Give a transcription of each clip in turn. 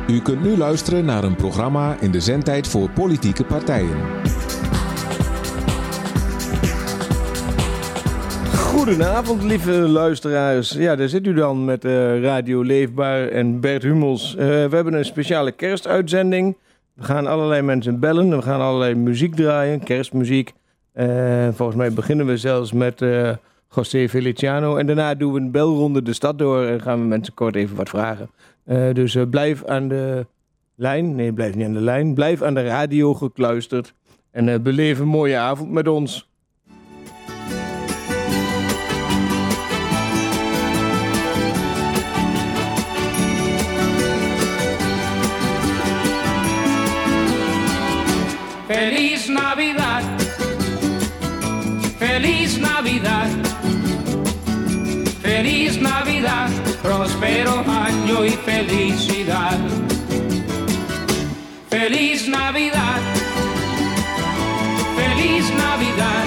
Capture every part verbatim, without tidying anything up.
U kunt nu luisteren naar een programma in de zendtijd voor politieke partijen. Goedenavond, lieve luisteraars. Ja, daar zit u dan met uh, Radio Leefbaar en Bert Hummels. Uh, we hebben een speciale kerstuitzending. We gaan allerlei mensen bellen. We gaan allerlei muziek draaien, kerstmuziek. Uh, volgens mij beginnen we zelfs met uh, José Feliciano. En daarna doen we een belronde de stad door en gaan we mensen kort even wat vragen. Uh, dus uh, blijf aan de lijn. Nee, blijf niet aan de lijn. Blijf aan de radio gekluisterd. En uh, beleef een mooie avond met ons. Feliz Navidad, Feliz Navidad, Feliz Navidad, próspero año y felicidad. Feliz Navidad, Feliz Navidad,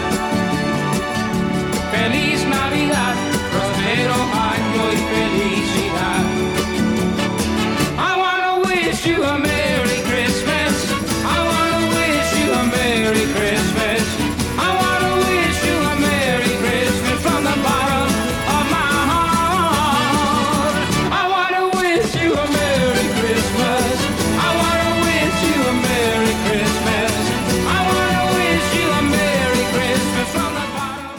Feliz Navidad, próspero año y felicidad. I wanna wish you a Merry Christmas. I wanna wish you a Merry Christmas. I wanna wish you a Merry Christmas from the bottom of my heart. I wanna wish you a Merry Christmas. I wanna wish you a Merry Christmas. I wanna wish you a Merry Christmas from the bottom.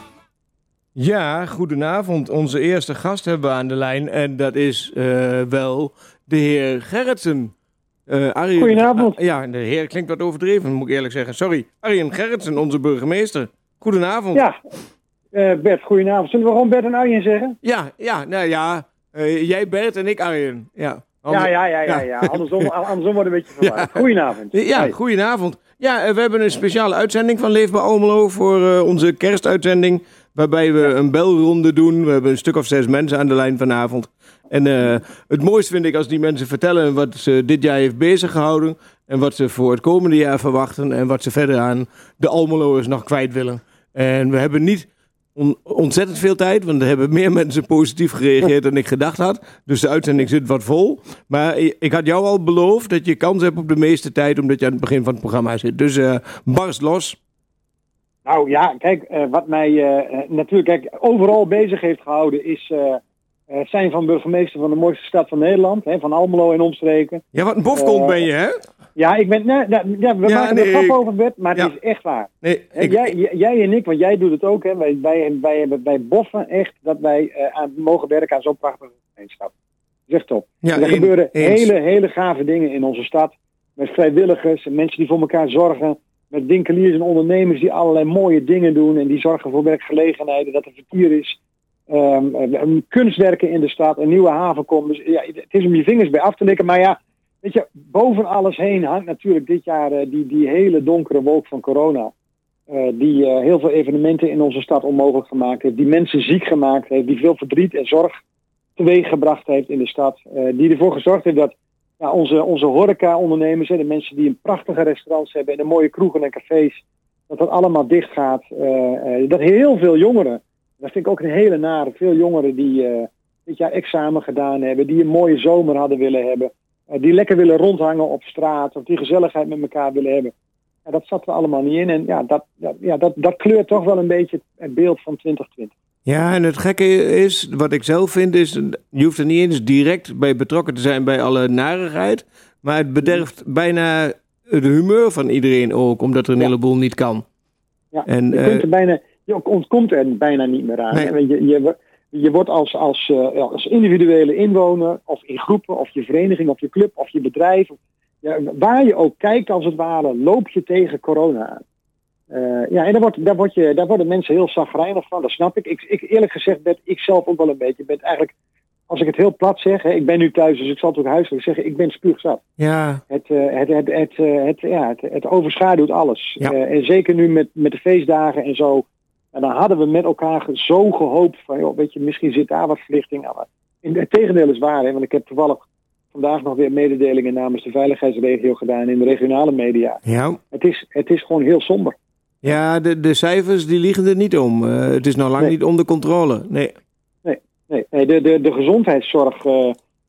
Ja, goedenavond. Onze eerste gast hebben we aan de lijn en dat is uh, wel de heer Gerritsen. Uh, Arjen, Goedenavond. Uh, ja, de heer klinkt wat overdreven, moet ik eerlijk zeggen. Sorry. Arjen Gerritsen, onze burgemeester. Goedenavond. Ja, uh, Bert, goedenavond. Zullen we gewoon Bert en Arjen zeggen? Ja, ja, nou ja. Uh, jij Bert en ik Arjen. Ja, Ander... ja, ja, ja, ja, ja. Andersom, andersom wordt een beetje verwarrend. Ja. Goedenavond. Ja, hey. Goedenavond. Ja, uh, we hebben een speciale uitzending van Leefbaar Almelo voor uh, onze kerstuitzending. Waarbij we een belronde doen. We hebben een stuk of zes mensen aan de lijn vanavond. En uh, het mooiste vind ik als die mensen vertellen wat ze dit jaar heeft bezig gehouden. En wat ze voor het komende jaar verwachten. En wat ze verder aan de Almeloers nog kwijt willen. En we hebben niet on- ontzettend veel tijd. Want er hebben meer mensen positief gereageerd dan ik gedacht had. Dus de uitzending zit wat vol. Maar ik had jou al beloofd dat je kans hebt op de meeste tijd. Omdat je aan het begin van het programma zit. Dus uh, barst los. Nou ja, kijk, uh, wat mij uh, natuurlijk kijk, overal bezig heeft gehouden is uh, uh, zijn van burgemeester van de mooiste stad van Nederland, hè, van Almelo en omstreken. Ja, wat een bofkont uh, ben je, hè? Ja, ik ben, nee, nee, ja, we ja, maken nee, er grap over, Bert, maar het ja. is echt waar. Nee, hè, ik, jij, jij en ik, want jij doet het ook, hè, wij, wij, wij, hebben, wij boffen echt dat wij uh, aan, mogen werken aan zo'n prachtige gemeenschap. Dat is echt top. Ja, er een, gebeuren eens. hele, hele gave dingen in onze stad, met vrijwilligers en mensen die voor elkaar zorgen. Met winkeliers en ondernemers die allerlei mooie dingen doen. En die zorgen voor werkgelegenheden, dat er vertier is. Um, um, kunstwerken in de stad, een nieuwe haven komt. Dus ja, het is om je vingers bij af te likken. Maar ja, weet je, boven alles heen hangt natuurlijk dit jaar uh, die, die hele donkere wolk van corona. Uh, die uh, heel veel evenementen in onze stad onmogelijk gemaakt heeft. Die mensen ziek gemaakt heeft. Die veel verdriet en zorg teweeggebracht heeft in de stad. Uh, die ervoor gezorgd heeft dat... Ja, onze, onze horeca-ondernemers, hè, de mensen die een prachtige restaurants hebben en de mooie kroegen en cafés, dat dat allemaal dicht gaat. Uh, uh, dat heel veel jongeren, dat vind ik ook een hele nare, veel jongeren die uh, dit jaar examen gedaan hebben, die een mooie zomer hadden willen hebben, uh, die lekker willen rondhangen op straat, of die gezelligheid met elkaar willen hebben. Ja, dat zat er allemaal niet in en ja, dat, dat, ja, dat, dat kleurt toch wel een beetje het beeld van twintig twintig. Ja, en het gekke is, wat ik zelf vind, is, je hoeft er niet eens direct bij betrokken te zijn bij alle narigheid, maar het bederft bijna het humeur van iedereen ook, omdat er een ja. heleboel niet kan. Ja, en, je, kunt er bijna, je ontkomt er bijna niet meer aan. Nee. Je, je, je wordt als, als, uh, als individuele inwoner, of in groepen, of je vereniging, of je club, of je bedrijf, ja, waar je ook kijkt als het ware, loop je tegen corona aan. Uh, ja, en daar, wordt, daar, word je, daar worden mensen heel chagrijnig van, dat snap ik. ik. Ik eerlijk gezegd ben ik zelf ook wel een beetje. Ik ben eigenlijk, als ik het heel plat zeg, hè, ik ben nu thuis, dus ik zal het ook huiselijk zeggen, ik ben spuugzat. Ja. Het, uh, het, het, het, uh, het, ja, het, het overschaduwt alles. Ja. Uh, en zeker nu met, met de feestdagen en zo. En dan hadden we met elkaar zo gehoopt van, joh, weet je, misschien zit daar wat verlichting aan. In, het tegendeel is waar, hè, want ik heb toevallig vandaag nog weer mededelingen namens de veiligheidsregio gedaan in de regionale media. Ja. Het is, het is gewoon heel somber. Ja, de, de cijfers die liegen er niet om. Uh, het is nog lang nee. niet onder controle. Nee, nee, nee. nee de, de, de gezondheidszorg uh,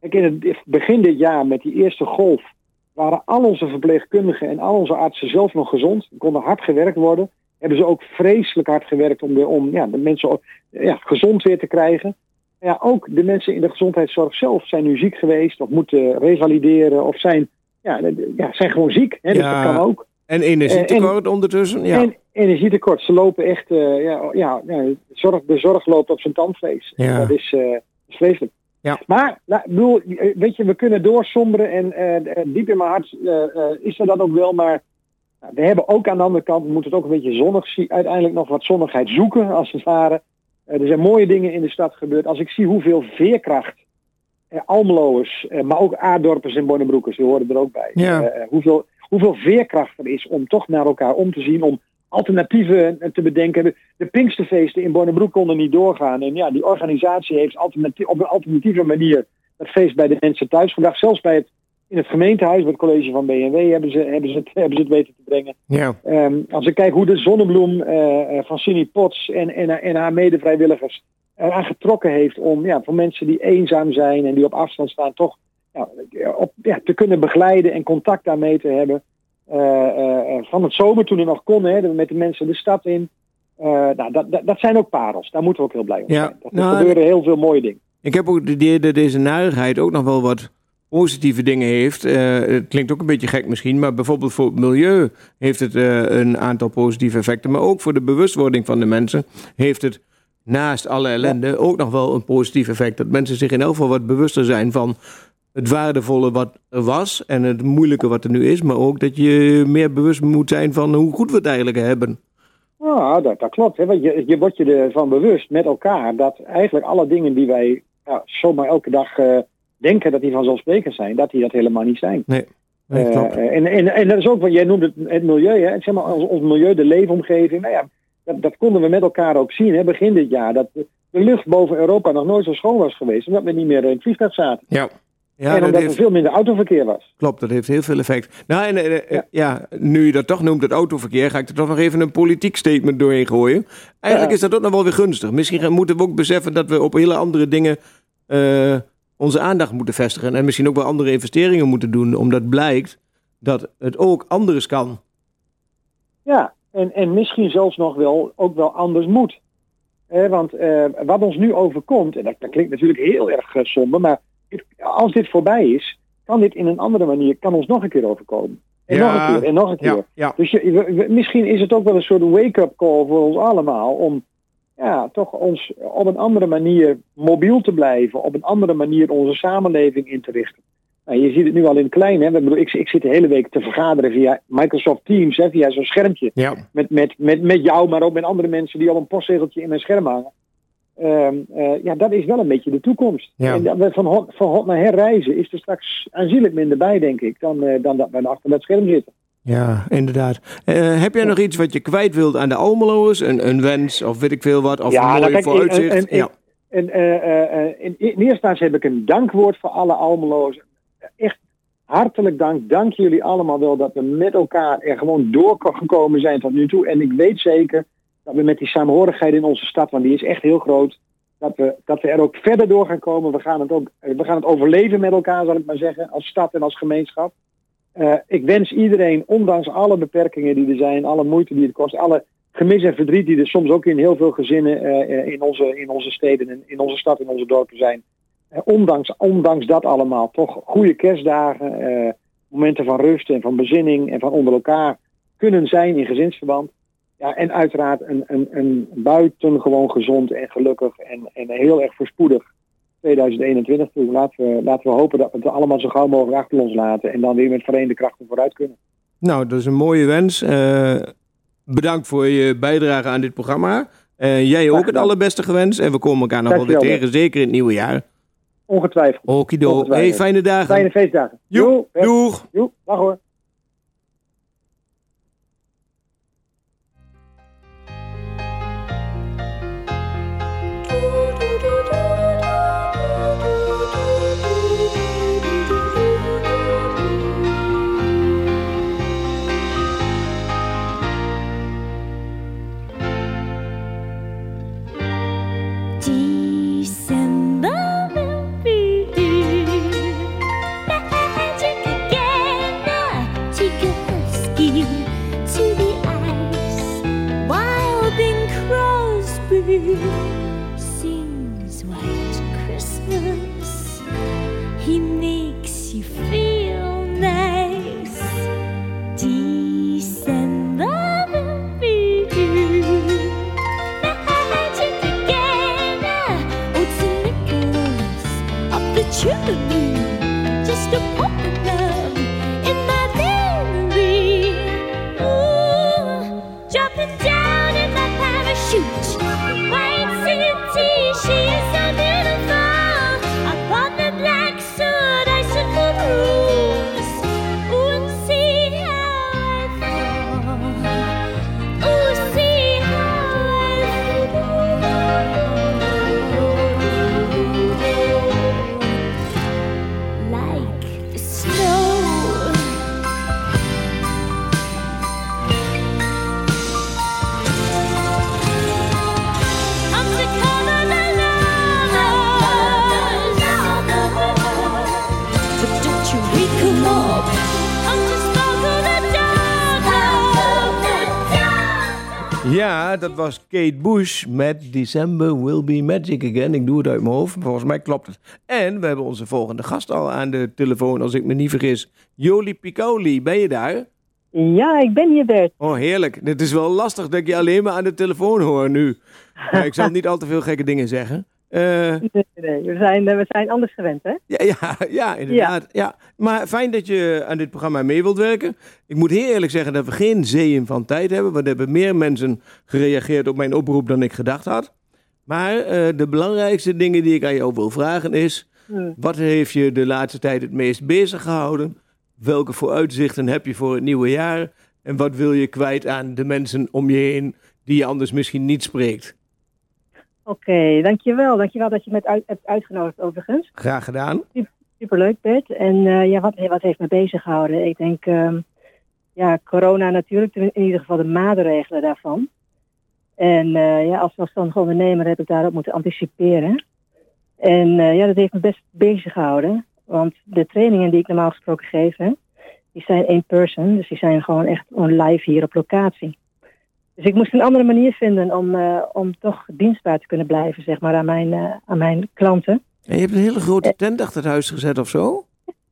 Kijk, in het begin dit jaar met die eerste golf waren al onze verpleegkundigen en al onze artsen zelf nog gezond. Er konden hard gewerkt worden. Hebben ze ook vreselijk hard gewerkt om de, om, ja, de mensen ja, gezond weer te krijgen. Ja, ook de mensen in de gezondheidszorg zelf zijn nu ziek geweest of moeten revalideren of zijn, ja, ja, zijn gewoon ziek. Hè, dus ja, dat kan ook. En energietekort uh, ondertussen. Ja. En energietekort. Ze lopen echt, uh, ja, ja, ja zorg, de zorg loopt op zijn tandvlees. Ja. Dat is, uh, is vreselijk. Ja. Maar, nou, bedoel, weet je, we kunnen doorsomberen en uh, diep in mijn hart uh, uh, is er dat ook wel, maar nou, we hebben ook aan de andere kant, we moeten het ook een beetje zonnig zien, uiteindelijk nog wat zonnigheid zoeken, als het ware. Uh, er zijn mooie dingen in de stad gebeurd. Als ik zie hoeveel veerkracht uh, Almeloers, uh, maar ook Aardorpers en Bonnebroekers, die horen er ook bij. Ja. Uh, hoeveel, hoeveel veerkracht er is om toch naar elkaar om te zien, om alternatieven te bedenken. De, de Pinksterfeesten in Bonnebroek konden niet doorgaan. En ja, die organisatie heeft alternatief, op een alternatieve manier dat feest bij de mensen thuis gebracht. Zelfs bij het, in het gemeentehuis, bij het college van B N W, hebben ze, hebben ze, het, hebben ze het weten te brengen. Ja. Um, als ik kijk hoe de Zonnebloem uh, van Cindy Potts en, en, en haar medevrijwilligers eraan getrokken heeft om ja, voor mensen die eenzaam zijn en die op afstand staan, toch ja, op, ja, te kunnen begeleiden en contact daarmee te hebben. Uh, uh, van het zomer toen er nog kon, hè, met de mensen de stad in. Uh, nou, dat, dat, dat zijn ook parels. Daar moeten we ook heel blij om zijn. Ja, dat, nou, er gebeuren heel veel mooie dingen. Ik heb ook de idee dat deze narigheid ook nog wel wat positieve dingen heeft. Uh, het klinkt ook een beetje gek misschien, maar bijvoorbeeld voor het milieu heeft het uh, een aantal positieve effecten. Maar ook voor de bewustwording van de mensen heeft het naast alle ellende ja. ook nog wel een positief effect. Dat mensen zich in elk geval wat bewuster zijn van het waardevolle wat er was en het moeilijke wat er nu is, maar ook dat je meer bewust moet zijn van hoe goed we het eigenlijk hebben. Ja, dat, dat klopt. Hè. Want je, je wordt je ervan bewust met elkaar dat eigenlijk alle dingen die wij ja, zomaar elke dag uh, denken dat die vanzelfsprekend zijn, dat die dat helemaal niet zijn. Nee, nee klopt. Uh, en, en, en dat is ook wat jij noemt het, het milieu, hè. Zeg maar, ons, ons milieu, de leefomgeving. Nou ja, dat, dat konden we met elkaar ook zien, hè, begin dit jaar. Dat de lucht boven Europa nog nooit zo schoon was geweest, omdat we niet meer in het vliegtuig zaten. Ja. Ja, en omdat heeft... er veel minder autoverkeer was. Klopt, dat heeft heel veel effect. Nou, en uh, ja. ja, nu je dat toch noemt, het autoverkeer, ga ik er toch nog even een politiek statement doorheen gooien. Eigenlijk ja. is dat ook nog wel weer gunstig. Misschien moeten we ook beseffen dat we op hele andere dingen uh, onze aandacht moeten vestigen. En misschien ook wel andere investeringen moeten doen, omdat blijkt dat het ook anders kan. Ja, en, en misschien zelfs nog wel ook wel anders moet. Eh, want uh, wat ons nu overkomt, en dat, dat klinkt natuurlijk heel erg uh, somber, maar als dit voorbij is, kan dit in een andere manier, kan ons nog een keer overkomen. En ja, nog een keer, en nog een keer. Ja, ja. Dus je, we, we, misschien is het ook wel een soort wake-up call voor ons allemaal, om ja, toch ons op een andere manier mobiel te blijven, op een andere manier onze samenleving in te richten. Nou, je ziet het nu al in het klein, hè. Ik, bedoel, ik, ik zit de hele week te vergaderen via Microsoft Teams, hè, via zo'n schermpje. Ja. Met, met, met, met jou, maar ook met andere mensen die al een postzegeltje in mijn scherm hangen. Um, uh, ja, dat is wel een beetje de toekomst. Ja. En dat van, hot, van hot naar her reizen is er straks aanzienlijk minder bij, denk ik, dan, uh, dan dat we achter dat scherm zitten. Ja, inderdaad. Uh, heb jij nog iets wat je kwijt wilt aan de Almeloers? Een, een wens of weet ik veel wat? Of ja, een mooi vooruitzicht? En, en, ja. en, uh, uh, in, in eerste instantie heb ik een dankwoord voor alle Almeloers. Echt hartelijk dank. Dank jullie allemaal wel dat we met elkaar er gewoon doorgekomen zijn tot nu toe. En ik weet zeker dat we met die samenhorigheid in onze stad, want die is echt heel groot, dat we, dat we er ook verder door gaan komen. We gaan het ook, we gaan het overleven met elkaar, zal ik maar zeggen, als stad en als gemeenschap. Uh, ik wens iedereen, ondanks alle beperkingen die er zijn, alle moeite die het kost, alle gemis en verdriet die er soms ook in heel veel gezinnen uh, in, onze, in onze steden, en in onze stad, in onze dorpen zijn. Uh, ondanks, ondanks dat allemaal, toch goede kerstdagen, uh, momenten van rust en van bezinning en van onder elkaar kunnen zijn in gezinsverband. Ja, en uiteraard een, een, een buitengewoon gezond en gelukkig en, en heel erg voorspoedig tweeduizend eenentwintig toe. Laten we, laten we hopen dat we het allemaal zo gauw mogelijk achter ons laten en dan weer met verenigde krachten vooruit kunnen. Nou, dat is een mooie wens. Uh, bedankt voor je bijdrage aan dit programma. Uh, jij ook het allerbeste gewenst en we komen elkaar nog wel weer tegen, zeker in het nieuwe jaar. Ongetwijfeld. Okido. Hey, fijne dagen. Fijne feestdagen. Joe, doeg. Joe, dag hoor. December will be to the ice while Bing Crosby sings White Christmas. He makes you feel nice. December will be magic again. Oh, Saint Nicholas up the chimney, just a popping up in my memory. Ooh, jumping down in my parachute, White City, she is so beautiful. Upon the black soot, icicle rules. Ooh, and see how I fall. Ooh, see how I fall. Like snow. I'm to cover the lovers, but don't you wake 'em up. I'm to sparkle the dawn. Ja, dat was Kate Bush met December Will Be Magic Again. Ik doe het uit mijn hoofd, maar volgens mij klopt het. En we hebben onze volgende gast al aan de telefoon, als ik me niet vergis. Jolie Piccoli, ben je daar? Ja, ik ben hier, Bert. Oh, heerlijk. Het is wel lastig dat ik je alleen maar aan de telefoon hoor nu. Maar ik zal niet al te veel gekke dingen zeggen. Eh, Nee, nee, we zijn, eh, we zijn anders gewend, hè? ja, ja, ja, inderdaad. Ja. Maar fijn dat je aan dit programma mee wilt werken. Ik moet heel eerlijk zeggen dat we geen zeeën van tijd hebben. Want er hebben meer mensen gereageerd op mijn oproep dan ik gedacht had. Maar eh, de belangrijkste dingen die ik aan jou wil vragen is... Hmm. Wat heeft je de laatste tijd het meest bezig gehouden? Welke vooruitzichten heb je voor het nieuwe jaar? En wat wil je kwijt aan de mensen om je heen die je anders misschien niet spreekt? Oké, dankjewel. Dankjewel dat je me uit, hebt uitgenodigd, overigens. Graag gedaan. Superleuk, Bert. En eh, ja, wat, wat heeft me bezig gehouden? Ik denk, ehm, ja, corona natuurlijk, in ieder geval de maatregelen daarvan. En eh, ja, als zelfstandig ondernemer heb ik daarop moeten anticiperen. En eh, ja, dat heeft me best bezig gehouden. Want de trainingen die ik normaal gesproken geef, hè, die zijn in person. Dus die zijn gewoon echt live hier op locatie. Dus ik moest een andere manier vinden om, uh, om toch dienstbaar te kunnen blijven, zeg maar, aan mijn, uh, aan mijn klanten. En je hebt een hele grote tent achter het huis gezet of zo?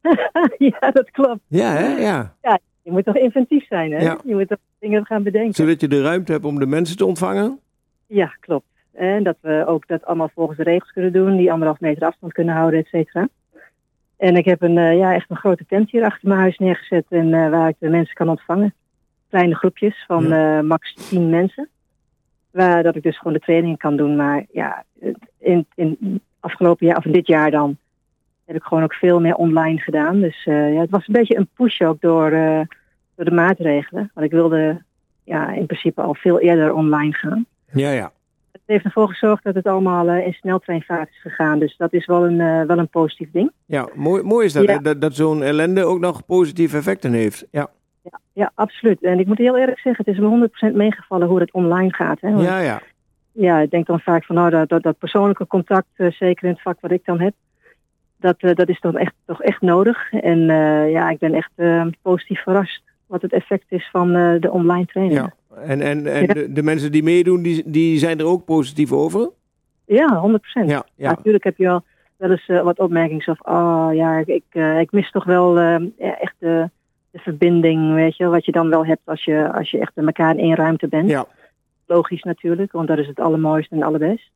Ja, dat klopt. Ja, hè? Ja. Ja, je moet toch inventief zijn, hè? Ja. Je moet toch dingen gaan bedenken. Zodat je de ruimte hebt om de mensen te ontvangen? Ja, klopt. En dat we ook dat allemaal volgens de regels kunnen doen, die anderhalf meter afstand kunnen houden, et cetera. En ik heb een, uh, ja, echt een grote tent hier achter mijn huis neergezet en uh, waar ik de mensen kan ontvangen. Kleine groepjes van Ja. uh, max tien mensen. Waar dat ik dus gewoon de trainingen kan doen. Maar ja, in, in afgelopen jaar, of in dit jaar dan, heb ik gewoon ook veel meer online gedaan. Dus uh, ja, het was een beetje een push ook door, uh, door de maatregelen. Want ik wilde ja, in principe al veel eerder online gaan. Ja, ja. Het heeft ervoor gezorgd dat het allemaal uh, in sneltreinvaart is gegaan. Dus dat is wel een, uh, wel een positief ding. Ja, mooi, mooi is dat, Ja. hè? dat, dat zo'n ellende ook nog positieve effecten heeft. Ja, Ja, ja, absoluut. En ik moet heel eerlijk zeggen, het is me honderd procent meegevallen hoe het online gaat. Hè? Want, ja, ja. ja, ik denk dan vaak van nou, dat, dat, dat persoonlijke contact, uh, zeker in het vak wat ik dan heb, dat, uh, dat is dan echt, toch echt nodig. En uh, ja, ik ben echt uh, positief verrast wat het effect is van uh, de online trainingen. ja. En, en, en Ja. de, de mensen die meedoen, die, die zijn er ook positief over? Ja, honderd procent. Ja, ja. Natuurlijk heb je wel, wel eens uh, wat opmerkingen zo van, oh ja, ik, ik, uh, ik mis toch wel uh, ja, echt de, de verbinding, weet je, wat je dan wel hebt als je, als je echt met elkaar in één ruimte bent. Ja. Logisch natuurlijk, want dat is het allermooiste en allerbest.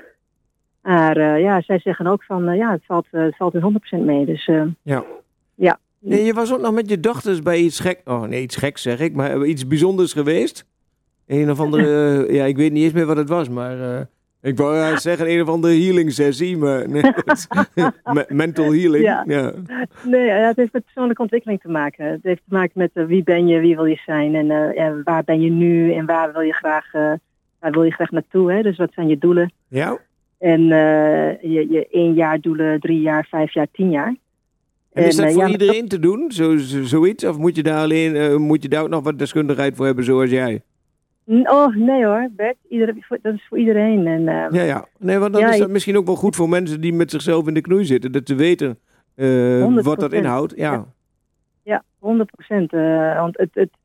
Maar uh, ja, zij zeggen ook van, uh, ja, het valt, uh, het valt in honderd procent mee. Dus uh, Ja. ja. Nee, je was ook nog met je dochters bij iets gek... Oh, nee, iets geks zeg ik, maar iets bijzonders geweest. Een of andere... uh, ja, ik weet niet eens meer wat het was, maar... Uh, ik wou uh, zeggen een of andere healing sessie, maar... Nee, Me- mental healing. Ja. Ja. Nee, ja, het heeft met persoonlijke ontwikkeling te maken. Het heeft te maken met uh, wie ben je, wie wil je zijn en uh, ja, waar ben je nu en waar wil je graag, uh, waar wil je graag naartoe. Hè? Dus wat zijn je doelen? Ja? En uh, je, je één jaar doelen, drie jaar, vijf jaar, tien jaar. En is dat uh, voor ja, iedereen te doen, zo, zo, zoiets? Of moet je daar alleen, uh, moet je daar ook nog wat deskundigheid voor hebben, zoals jij? Oh, nee hoor, Bert. Ieder, dat is voor iedereen. En, uh, Ja, ja. Nee, want dan ja, is dat ik- misschien ook wel goed voor mensen die met zichzelf in de knoei zitten. Dat te weten uh, honderd wat dat procent. inhoudt. Ja. Ja, honderd procent. Uh, want het, het,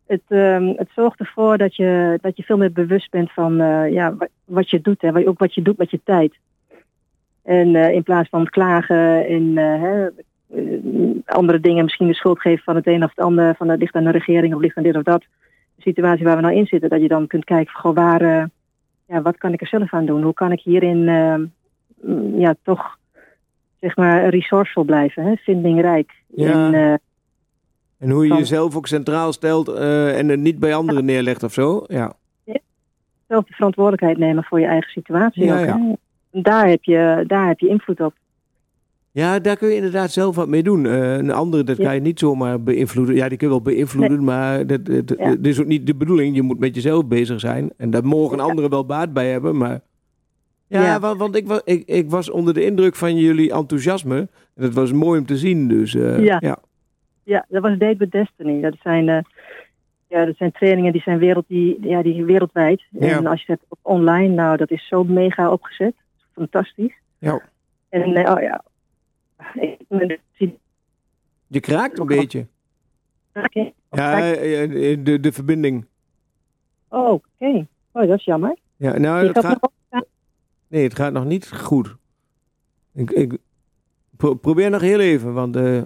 het, um, het zorgt ervoor dat je, dat je veel meer bewust bent van uh, ja, wat, wat je doet. En ook wat je doet met je tijd. En uh, in plaats van klagen en uh, hè, uh, andere dingen misschien de schuld geven van het een of het ander. Van het ligt aan de regering of ligt aan dit of dat. De situatie waar we nou in zitten. Dat je dan kunt kijken van, goh, waar, uh, ja, wat kan ik er zelf aan doen? Hoe kan ik hierin uh, ja, toch zeg maar resourceful blijven. Hè? Vindingrijk. Ja. En, uh, En hoe je Van- jezelf ook centraal stelt uh, en het niet bij anderen neerlegt of zo. Ja. zelf de verantwoordelijkheid nemen voor je eigen situatie. Ja, ook, ja. hè? Daar, heb je, daar heb je invloed op. Ja, daar kun je inderdaad zelf wat mee doen. Uh, een andere, dat Ja. kan je niet zomaar beïnvloeden. Ja, die kun je wel beïnvloeden, maar dat, dat, dat Ja. is ook niet de bedoeling. Je moet met jezelf bezig zijn. En daar mogen Ja. anderen wel baat bij hebben, maar... Ja, Ja. want, want ik, was, ik, ik was onder de indruk van jullie enthousiasme. En dat was mooi om te zien, dus uh, Ja. ja. Ja, dat was Date with Destiny. Dat zijn, uh, ja, dat zijn trainingen die zijn wereld, die, ja, die wereldwijd. Ja. En als je het op online, nou, dat is zo mega opgezet. Fantastisch. Ja. En uh, oh ja, ik zie Je kraakt een beetje. Oké. Ja, eh, de, de verbinding. Oh, oké. Oh, dat is jammer. Ja, nou, Je het gaat gaat... nog op- Nee, het gaat nog niet goed. Ik, ik pro- probeer nog heel even, want uh,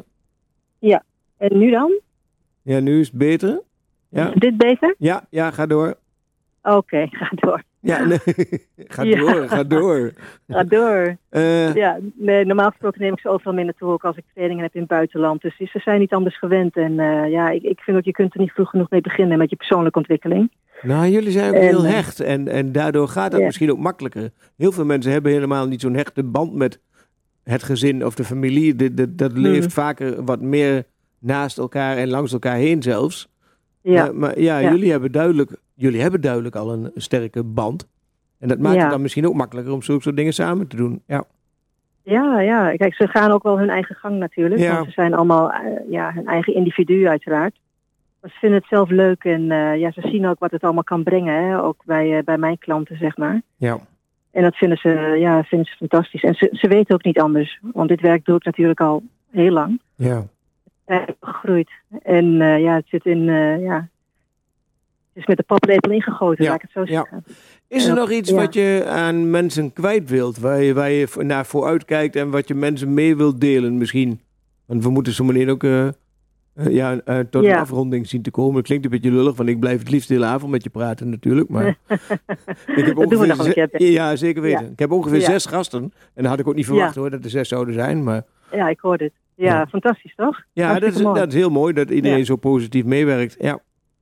En nu dan? ja, nu is het beter. Ja, Is dit beter? ja, ja, ga door. Oké, ga door. Ja, nee. ga Ja. door, ga door. Ga door. Eh, Ja, nee, normaal gesproken neem ik ze overal mee naartoe, ook als ik trainingen heb in het buitenland. Dus ze zijn niet anders gewend. En uh, ja, ik, ik vind ook, je kunt er niet vroeg genoeg mee beginnen met je persoonlijke ontwikkeling. nou, jullie zijn ook En, heel eh, hecht en, en daardoor gaat dat ja. misschien ook makkelijker. Heel veel mensen hebben helemaal niet zo'n hechte band met het gezin of de familie. De, de, dat leeft Hmm. vaker wat meer naast elkaar en langs elkaar heen zelfs. Ja, Maar, maar ja, Ja. Jullie, hebben duidelijk, jullie hebben duidelijk al een sterke band. En dat maakt Ja. het dan misschien ook makkelijker om zulke soort dingen samen te doen. Ja, ja, ja. Kijk, ze gaan ook wel hun eigen gang natuurlijk. Ja. Want ze zijn allemaal uh, ja, hun eigen individu uiteraard. Maar ze vinden het zelf leuk en uh, ja, ze zien ook wat het allemaal kan brengen. Hè? Ook bij, uh, bij mijn klanten, zeg maar. ja. En dat vinden ze, uh, ja, vinden ze fantastisch. En ze, ze weten ook niet anders. Want dit werk doe ik natuurlijk al heel lang. ja. Ja, gegroeid. En uh, ja, het zit in, uh, ja, het is met de paplepel ingegoten, Ja, laat ik het zo ja. zeggen. Is er Ja. nog iets Ja. wat je aan mensen kwijt wilt? Waar je, waar je naar vooruit kijkt en wat je mensen mee wilt delen misschien? Want we moeten zo meteen ook uh, uh, ja, uh, tot Ja. een afronding zien te komen. Het klinkt een beetje lullig, want ik blijf het liefst de hele avond met je praten natuurlijk. Maar ik heb Dat doen we nog een ze- keer, Pim. Ja, zeker weten. Ja. Ik heb ongeveer Ja. zes gasten. En dat had ik ook niet verwacht Ja. hoor, dat er zes zouden zijn. Maar Ja, ik hoor het. Ja, Ja. fantastisch toch? ja, dat Hartstikke is, mooi. dat is heel mooi dat iedereen Ja. zo positief meewerkt. Ja.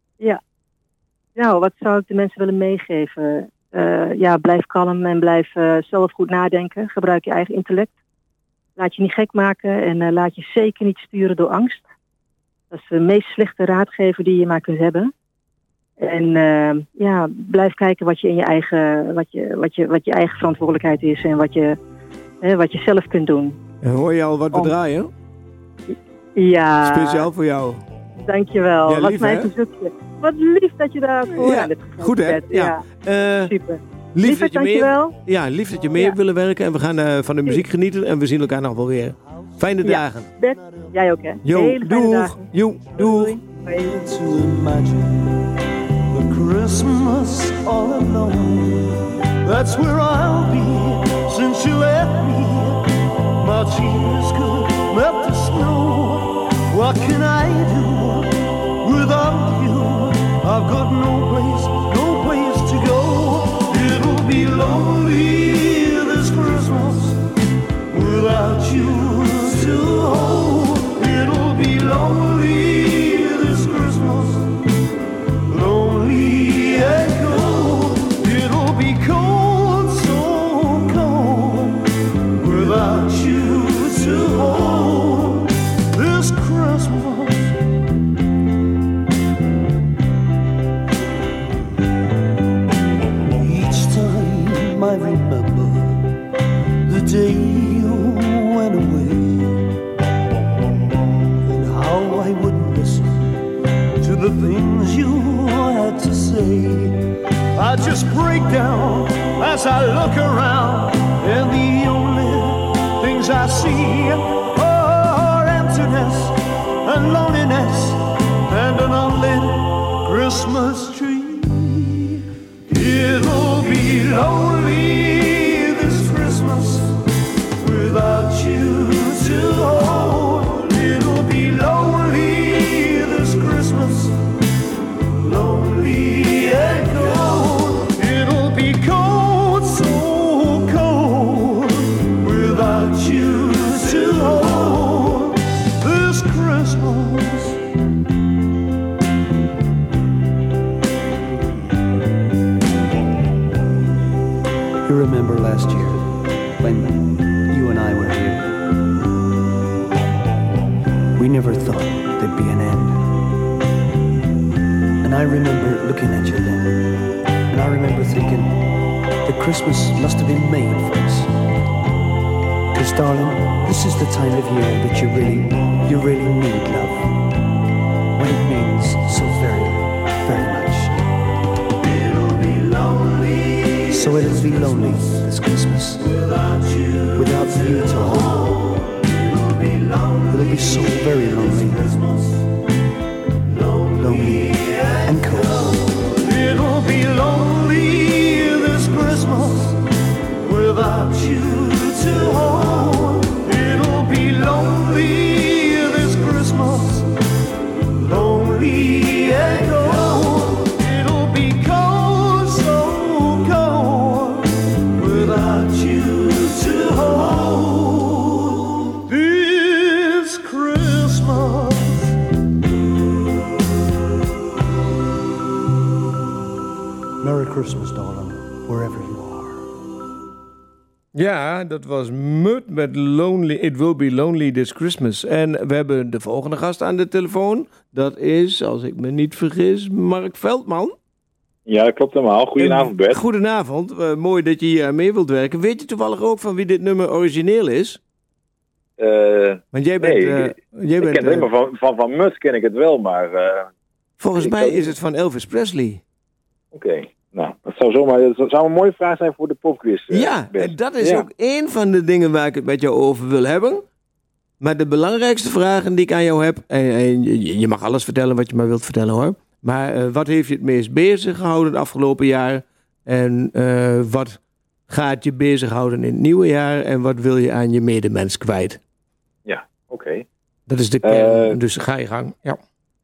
Nou, wat zou ik de mensen willen meegeven? Uh, ja, blijf kalm en blijf uh, zelf goed nadenken. Gebruik je eigen intellect. Laat je niet gek maken en uh, laat je zeker niet sturen door angst. Dat is de meest slechte raadgever die je maar kunt hebben. En uh, ja, blijf kijken wat je in je eigen, wat je, wat je, wat je eigen verantwoordelijkheid is en wat je, hè, wat je zelf kunt doen. En hoor je al wat we Om- draaien? Ja, Speciaal voor jou. dankjewel. Ja, Wat lief, mijn hè? verzoekje. Wat lief dat je daar voor Ja, aan hebt gegeven, goed, hè? Bert. Ja. Eh, Super. lief Lieverd, dat je mee, dankjewel. ja, lief dat je mee Ja. hebt willen werken. En we gaan uh, van de muziek genieten. En we zien elkaar nog wel weer. Fijne Ja. dagen. Bert, jij ook hè. Jo, Hele fijne doeg. dagen. Jo, doeg. Doei. Hoi. To imagine the Christmas all alone. That's where I'll be since you left me. My tears could melt the snow. What can I do without you? I've got no place, no place to go. It'll be lonely this Christmas without you to hold. It'll be lonely this Christmas, lonely and cold. It'll be cold, so cold, without you to hold this Christmas. Each time I remember the day you went away, and how I wouldn't listen to the things you had to say. I just break down as I look around, and the only things I see are emptiness and loneliness and an unlit Christmas tree. It'll be lonely this Christmas without you to hold. It'll be lonely this Christmas, lonely and cold. It'll be cold, so cold without you to hold this Christmas. You remember last year when you and I were here? We never thought there'd be an end. And I remember looking at you then, and I remember thinking that Christmas must have been made for us. Because darling, this is the time of year that you really, you really need love. When it means so very, very much. So it'll be lonely this Christmas without you, without you to hold. It'll be so very lonely, lonely and cold. It'll be lonely this Christmas without you to hold. It'll be lonely this Christmas, lonely and cold. It'll be cold, so cold without you to hold this Christmas. Merry Christmas, darling, wherever you are. Ja, dat was Mud met Lonely. It Will Be Lonely This Christmas. En we hebben de volgende gast aan de telefoon. Dat is, als ik me niet vergis, Mark Veldman. Ja, dat klopt helemaal. Goedenavond, Bert. Goedenavond. Uh, mooi dat je hier mee wilt werken. Weet je toevallig ook van wie dit nummer origineel is? Uh, Want jij bent... nee, Uh, ik, jij ik bent, ken het helemaal van, van, van Mud ken ik het wel, maar... Uh, volgens mij is het van Elvis Presley. Oké. Okay. Nou, dat zou zomaar dat zou een mooie vraag zijn voor de popquiz. Uh, ja, Bert. en dat is ja. ook één van de dingen waar ik het met jou over wil hebben. Maar de belangrijkste vragen die ik aan jou heb... En, en je, je mag alles vertellen wat je maar wilt vertellen, hoor. Maar uh, wat heeft je het meest bezig gehouden het afgelopen jaar? En uh, wat gaat je bezighouden in het nieuwe jaar? En wat wil je aan je medemens kwijt? Ja, oké. Okay. Dat is de kern, uh, dus ga je gang. Ja.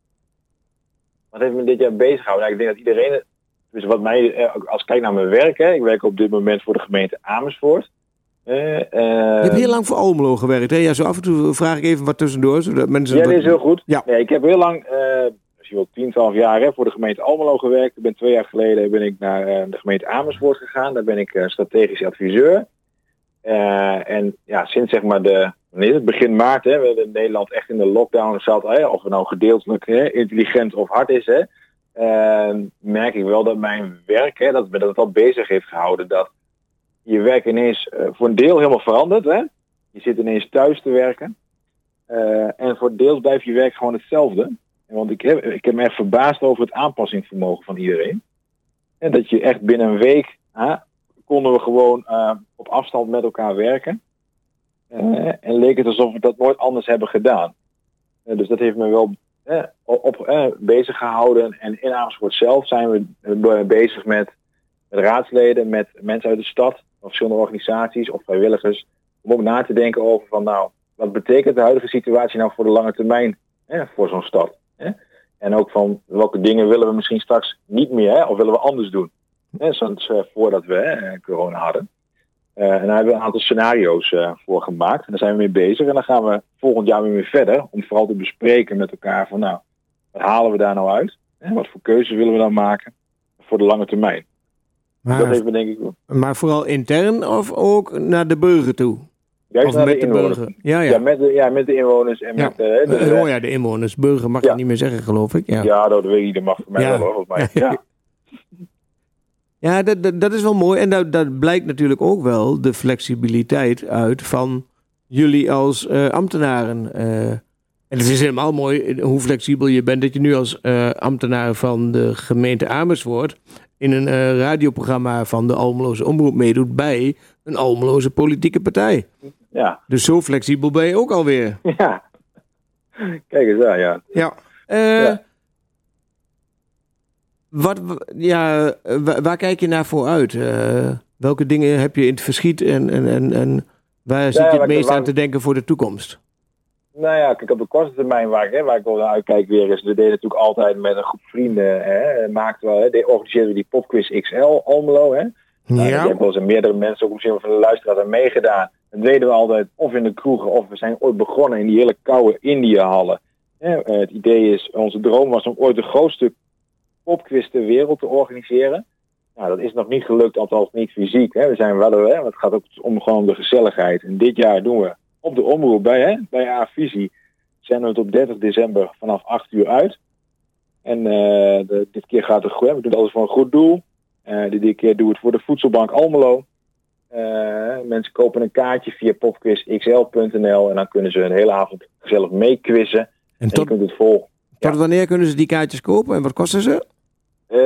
Wat heeft me dit jaar bezig gehouden? Nou, ik denk dat iedereen... Dus wat mij, als ik kijk naar mijn werk, hè, ik werk op dit moment voor de gemeente Amersfoort. Uh, uh, je hebt heel lang voor Almelo gewerkt, hè? Ja, zo af en toe vraag ik even wat tussendoor, zodat mensen... Ja, dat is heel goed. Ja. Nee, ik heb heel lang, uh, misschien wel tien, twaalf jaar, hè, voor de gemeente Almelo gewerkt. Ik ben twee jaar geleden ben ik naar uh, de gemeente Amersfoort gegaan. Daar ben ik uh, strategisch adviseur. Uh, en ja, sinds zeg maar de, wanneer is het? Begin maart, hè, we in Nederland echt in de lockdown zat, hè, of het nou gedeeltelijk hè, intelligent of hard is, hè. Uh, merk ik wel dat mijn werk, hè, dat, dat het al bezig heeft gehouden, dat je werk ineens uh, voor een deel helemaal verandert. Hè? Je zit ineens thuis te werken. Uh, en voor deels blijft je werk gewoon hetzelfde. Want ik heb, ik heb me echt verbaasd over het aanpassingsvermogen van iedereen. En dat je echt binnen een week, huh, konden we gewoon uh, op afstand met elkaar werken. Uh, en leek het alsof we dat nooit anders hebben gedaan. Uh, dus dat heeft me wel... Eh, op, eh, bezig gehouden. En in Amersfoort zelf zijn we uh, bezig met, met raadsleden, met mensen uit de stad, of verschillende organisaties of vrijwilligers, om ook na te denken over van nou, wat betekent de huidige situatie nou voor de lange termijn eh, voor zo'n stad? Eh? En ook van welke dingen willen we misschien straks niet meer, hè, of willen we anders doen? Eh, zoals uh, voordat we eh, corona hadden. Uh, en daar hebben we een aantal scenario's uh, voor gemaakt. En daar zijn we mee bezig. En dan gaan we volgend jaar weer mee verder. Om vooral te bespreken met elkaar van nou, wat halen we daar nou uit? En wat voor keuzes willen we dan maken voor de lange termijn? Maar, dat heeft me denk ik wel. Maar vooral intern of ook naar de burger toe? Juist of naar met de, de inwoners. burger? Ja, ja. Ja, met de, ja, met de inwoners. En ja. met, uh, de, uh, oh ja, de inwoners. Burger mag ja. je niet meer zeggen, geloof ik. Ja, ja dat weet ik. Dat mag voor mij ja. wel hoor. Volgens mij. Ja. Ja, dat, dat, dat is wel mooi. En dat, dat blijkt natuurlijk ook wel de flexibiliteit uit van jullie als uh, ambtenaren. Uh, en het is helemaal mooi hoe flexibel je bent dat je nu als uh, ambtenaar van de gemeente Amersfoort in een uh, radioprogramma van de Almeloze Omroep meedoet bij een Almeloze politieke partij. Ja. Dus zo flexibel ben je ook alweer. Ja. Kijk eens aan, ja. Ja. Uh, ja. Wat, ja, waar, waar kijk je naar vooruit? Uh, welke dingen heb je in het verschiet en, en, en, en waar zit ja, je het meest aan te denken voor de toekomst? Nou ja, kijk, op de korte termijn waar ik, hè, waar ik wel naar uitkijk weer is, we deden natuurlijk altijd met een groep vrienden, hè, maakten we, hè, organiseerden we die Popquiz X L Almelo, hè. Nou, ja. Daar hebben wel eens meerdere mensen, ook misschien van de luisteraars, aan meegedaan. Dat deden we altijd of in de kroegen, of we zijn ooit begonnen in die hele koude Indiahallen. Ja, het idee is, onze droom was om ooit de grootste popquiz ter wereld te organiseren. Nou, dat is nog niet gelukt, althans niet fysiek. Hè. We zijn wel, hè, het gaat ook om, gewoon om de gezelligheid. En dit jaar doen we op de omroep bij, hè, bij A-Visie. Zenden we het op dertig december vanaf acht uur uit. En uh, de, dit keer gaat het goed. We doen het alles voor een goed doel. Uh, dit keer doen we het voor de Voedselbank Almelo. Uh, mensen kopen een kaartje via popquiz x l punt n l en dan kunnen ze een hele avond gezellig meequizzen. En, en tot, je kunt het volgen. Tot ja. Wanneer kunnen ze die kaartjes kopen en wat kosten ze? Uh,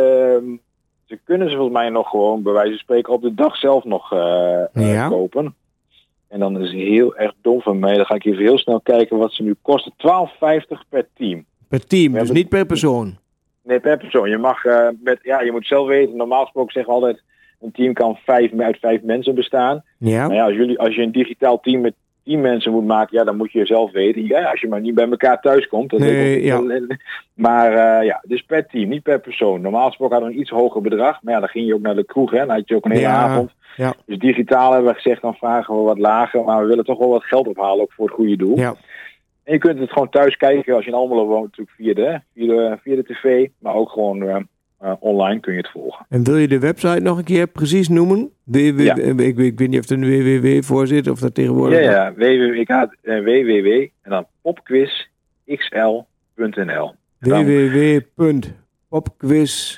ze kunnen ze volgens mij nog gewoon bij wijze van spreken op de dag zelf nog uh, ja. uh, kopen. En dan is het heel erg dom van mij. Dan ga ik even heel snel kijken wat ze nu kosten. twaalf vijftig per team. Per team, dus niet per persoon? Nee, per persoon. Je mag uh, met, ja, je moet zelf weten. Normaal gesproken zeggen we altijd, een team kan vijf, uit vijf mensen bestaan. Ja. Maar ja, als, jullie, als je een digitaal team met tien mensen moet maken, ja, dan moet je zelf weten. Ja, als je maar niet bij elkaar thuis komt. Dat nee, ja. Maar uh, ja, dus per team, niet per persoon. Normaal gesproken hadden we een iets hoger bedrag. Maar ja, dan ging je ook naar de kroeg, hè. Dan had je ook een hele ja. avond. Ja. Dus digitaal hebben we gezegd, dan vragen we wat lager. Maar we willen toch wel wat geld ophalen, ook voor het goede doel. Ja. En je kunt het gewoon thuis kijken als je in Almelo woont, natuurlijk via de, via de, via de tv. Maar ook gewoon uh, uh, online kun je het volgen. En wil je de website nog een keer precies noemen? W W W, ja. ik, ik, ik weet niet of er een W W W voor zit of dat tegenwoordig... Ja, ja. W W W, ik had uh, w w w en dan popquiz x l punt n l. w w w punt popquiz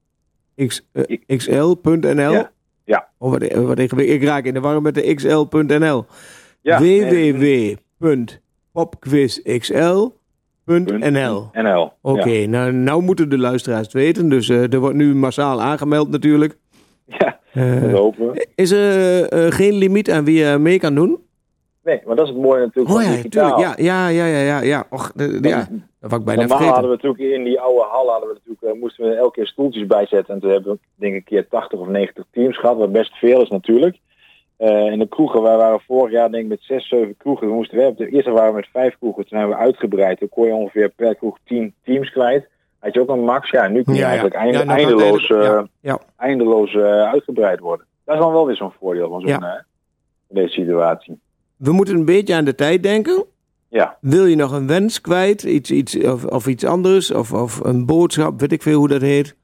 x l punt n l? Ja. Ja. Oh, wat, wat ik, ik raak in de war met de x l punt n l. Ja. w w w punt popquiz x l punt n l. Oké, okay, ja. nou, nou moeten de luisteraars het weten. Dus uh, er wordt nu massaal aangemeld natuurlijk. Ja, uh, dat hopen we. Is er uh, geen limiet aan wie je mee kan doen? Nee, maar dat is het mooie natuurlijk. Oh ja, natuurlijk. Ja, ja, ja, ja, ja. ja. Och, de, de, ja. Dat was ik bijna Normaal vergeten. hadden we natuurlijk in die oude hal hadden we natuurlijk, uh, moesten we elke keer stoeltjes bijzetten. En toen hebben we denk ik een keer tachtig of negentig teams gehad, wat best veel is natuurlijk. Uh, in de kroegen, wij waren vorig jaar denk ik met zes, zeven kroegen. We moesten werken. Eerst waren we met vijf kroegen, toen hebben we uitgebreid. Toen kon je ongeveer per kroeg tien teams kwijt. Had je ook een max? Ja, nu kun je ja, eigenlijk ja. Einde, ja, eindeloos, uh, ja. Ja. eindeloos uh, uitgebreid worden. Dat is dan wel weer zo'n voordeel van zo'n ja. uh, deze situatie. We moeten een beetje aan de tijd denken. Ja. Wil je nog een wens kwijt? Iets, iets, of, of iets anders? Of, of een boodschap? Weet ik veel hoe dat heet.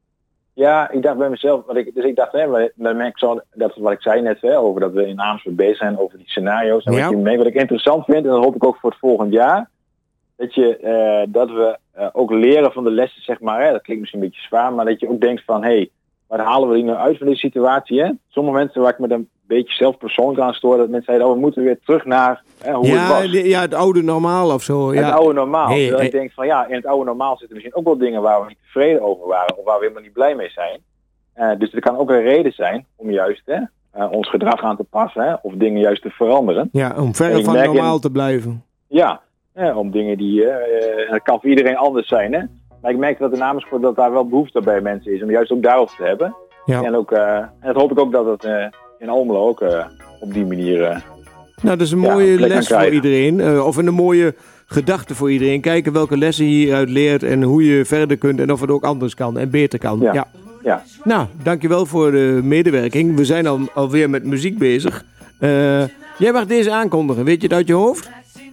Ja, ik dacht bij mezelf, wat ik, dus ik dacht, hè, dan merk ik zo, dat is wat ik zei net, hè, over dat we in Amersfoort bezig zijn over die scenario's. En ja. wat, je mee, wat ik interessant vind, en dat hoop ik ook voor het volgend jaar, dat, je, uh, dat we uh, ook leren van de lessen, zeg maar, hè, dat klinkt misschien een beetje zwaar, maar dat je ook denkt van, hé, hey, wat halen we hier nou uit van deze situatie, hè? Sommige mensen waar ik me dan een beetje zelf persoonlijk aan stoor, dat mensen zeiden, oh, we moeten weer terug naar hè, hoe ja, het was. De, ja, het oude normaal of zo. Ja. Het oude normaal. Hey, Terwijl hey. ik denk van, ja, in het oude normaal zitten misschien ook wel dingen waar we niet tevreden over waren, of waar we helemaal niet blij mee zijn. Uh, dus er kan ook een reden zijn om juist hè, uh, ons gedrag aan te passen, hè, of dingen juist te veranderen. Ja, om verre van normaal in, te blijven. Ja, hè, om dingen die, uh, het kan voor iedereen anders zijn, hè. Maar ik merk dat in Amersfoort dat daar wel behoefte bij mensen is om juist ook daarop te hebben. Ja. En, ook, uh, en dat hoop ik ook dat het uh, in Almelo ook uh, op die manier... Uh, nou, dat is een mooie ja, les voor iedereen. Uh, of een mooie gedachte voor iedereen. Kijken welke lessen je hieruit leert en hoe je verder kunt en of het ook anders kan en beter kan. Ja. ja. Ja. Nou, dankjewel voor de medewerking. We zijn al, alweer met muziek bezig. Uh, jij mag deze aankondigen. Weet je het uit je hoofd?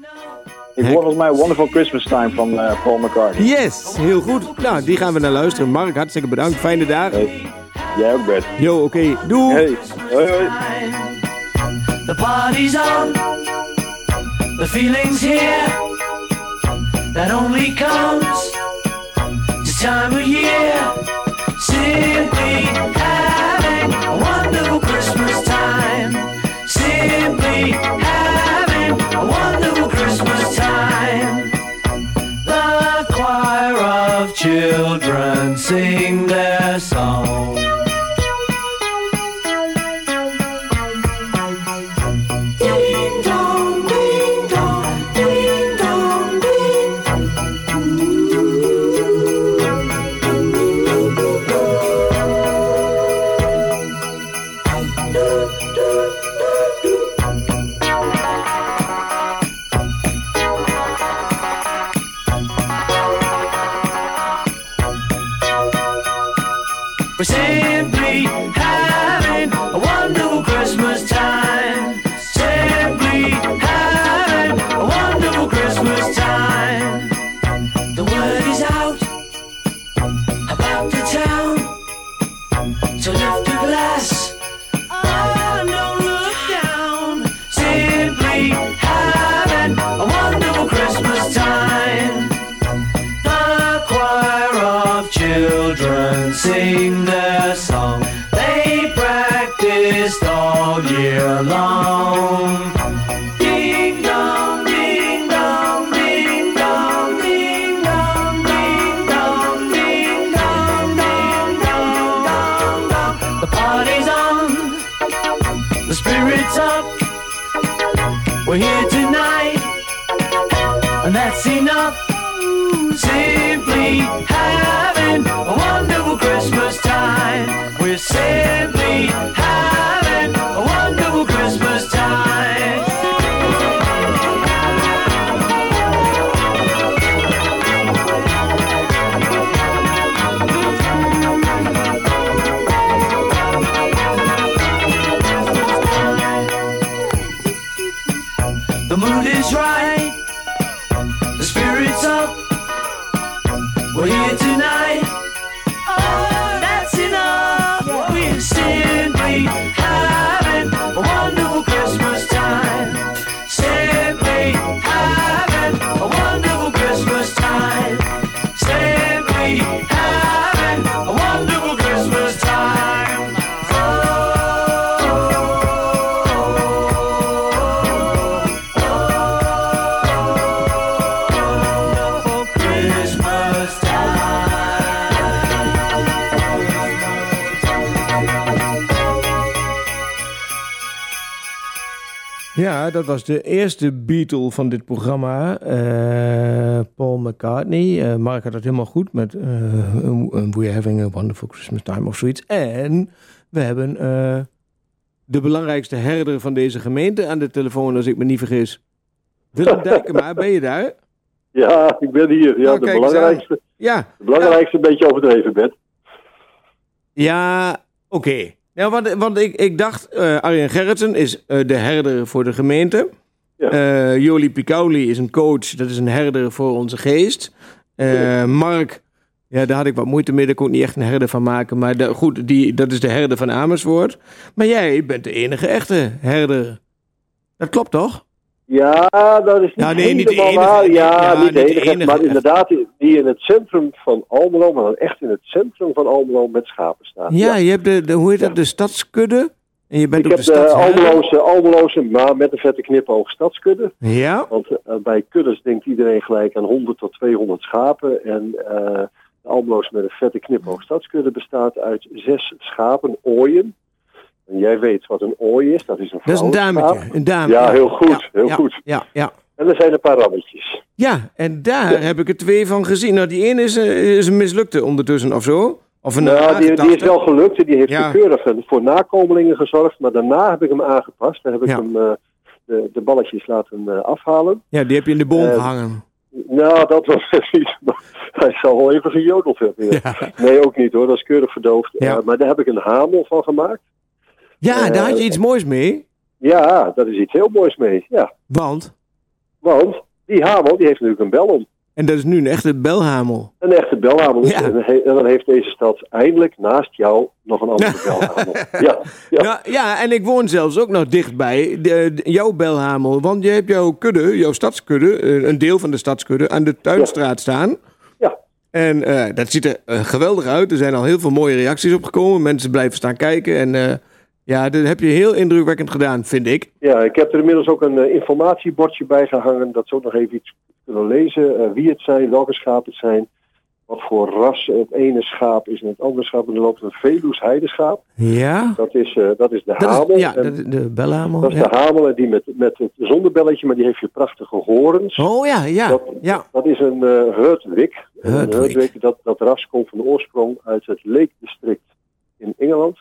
Ik hoor volgens mij Wonderful Christmas Time van uh, Paul McCartney. Yes, heel goed. Nou, die gaan we naar luisteren. Mark, hartstikke bedankt. Fijne dag. Hey. Jij ook, Bert. Jo, oké. Okay. Doei. Hey. Hoi, hoi. The party's on. The feeling's here. That only comes this time of year. Simply having a wonderful Christmas time. Simply having a wonderful Christmas time. The choir of children sing their song. Ding dong, ding dong, ding dong, ding. We're simply having a wonderful Christmas time. Simply having a wonderful Christmas time. The word is out about the town, so lift a glass, oh, and don't look down. Simply having a wonderful Christmas time. The choir of children sing their song. They practiced all year long. Ding dong, ding dong, ding dong, ding dong, ding dong, ding dong, ding dong, dong, dong. The party's on, the spirit's up. We're here tonight, and that's enough. Simply having a wonderful Christmas time. We're simply having a wonderful Christmas time. The mood is right, the spirit's up. We're here tonight, oh, that's enough. We're simply having a wonderful Christmas time. Simply having a wonderful Christmas time. Simply having a wonderful Christmas time. Oh, Christmas time. Ja, dat was de eerste Beatle van dit programma. Uh, Paul McCartney. Uh, Mark had het helemaal goed met uh, We're Having a Wonderful Christmas Time of zoiets. En we hebben uh, de belangrijkste herder van deze gemeente aan de telefoon, als ik me niet vergis. Willem Dijkema, ben je daar? Ja, ik ben hier. Ja, Oh, de kijk eens belangrijkste, Ja, de belangrijkste een beetje overdreven, Bert. ja oké. Nou, want, want ik, ik dacht, uh, Arjen Gerritsen is uh, de herder voor de gemeente. Ja. Uh, Jolie Picauli is een coach, dat is een herder voor onze geest. Uh, Mark, ja, daar had ik wat moeite mee, daar kon ik niet echt een herder van maken. Maar de, goed, die, dat is de herder van Amersfoort. Maar jij bent de enige echte herder. Dat klopt toch? Ja, dat is niet Ja, nee, niet de helemaal enige. waar. Ja, Ja, niet niet de de enige, enige. maar inderdaad die, die in het centrum van Almelo, maar dan echt in het centrum van Almelo met schapen staat. Ja, je hebt de, de hoe heet dat, Ja. de stadskudde. En je bent Ik ook de heb de stadsherder. Almeloze, Almeloze, maar met een vette knipoog stadskudde. Ja, Want uh, bij kuddes denkt iedereen gelijk aan honderd tot tweehonderd schapen. En uh, de Almeloze met een vette knipoog stadskudde bestaat uit zes schapen, ooien. En jij weet wat een ooi is, dat is een dat is een vrouwenschaap. dametje. Een dame. Ja, heel goed, Ja, heel ja, goed. Ja, ja. En er zijn een paar rammetjes. Ja, en daar heb ik er twee van gezien. Nou, die ene is, uh, is een mislukte ondertussen of zo. Of een Nou, die, die is wel gelukt en die heeft Ja. keurig voor nakomelingen gezorgd. Maar daarna heb ik hem aangepast. Dan heb ik Ja. hem uh, de, de balletjes laten uh, afhalen. Ja, die heb je in de boom Eh, gehangen. Nou, dat was niet. Hij zal wel even gejodeld hebben. Ja. Ja, Nee, ook niet hoor. Dat is keurig verdoofd. Ja. Uh, maar daar heb ik een hamel van gemaakt. ja eh, daar had je iets moois mee. Ja, dat is iets heel moois mee. Ja. Want, Want die hamel die heeft natuurlijk een bel om. en dat is nu een echte belhamel. Een echte belhamel. Ja. En, he- en dan heeft deze stad eindelijk naast jou nog een andere belhamel. Ja, ja. Ja, ja, en ik woon zelfs ook nog dichtbij de, de- jouw belhamel. Want je hebt jouw kudde, jouw stadskudde, eh, een deel van de stadskudde, aan de Tuinstraat staan. Ja. En eh, dat ziet er eh, geweldig uit. Er zijn al heel veel mooie reacties op gekomen. Mensen blijven staan kijken. En eh, ja, dat heb je heel indrukwekkend gedaan, vind ik. Ja, ik heb er inmiddels ook een uh, informatiebordje bij gehangen. Dat ze ook nog even iets kunnen lezen. Uh, wie het zijn, welke schapen het zijn. Wat voor ras het ene schaap is en het andere schaap. En er loopt een Veluws heideschaap. Ja, Dat is, uh, dat is de dat hamel. is, ja En dat is de belhamel. dat is Ja. de hamel en die met, met het zonderbelletje, maar die heeft je prachtige horens. Oh ja, ja, Dat, ja. dat is een uh, Herdwick. En Een Herdwick. Herdwick, dat, dat ras komt van de oorsprong uit het Lake District in Engeland.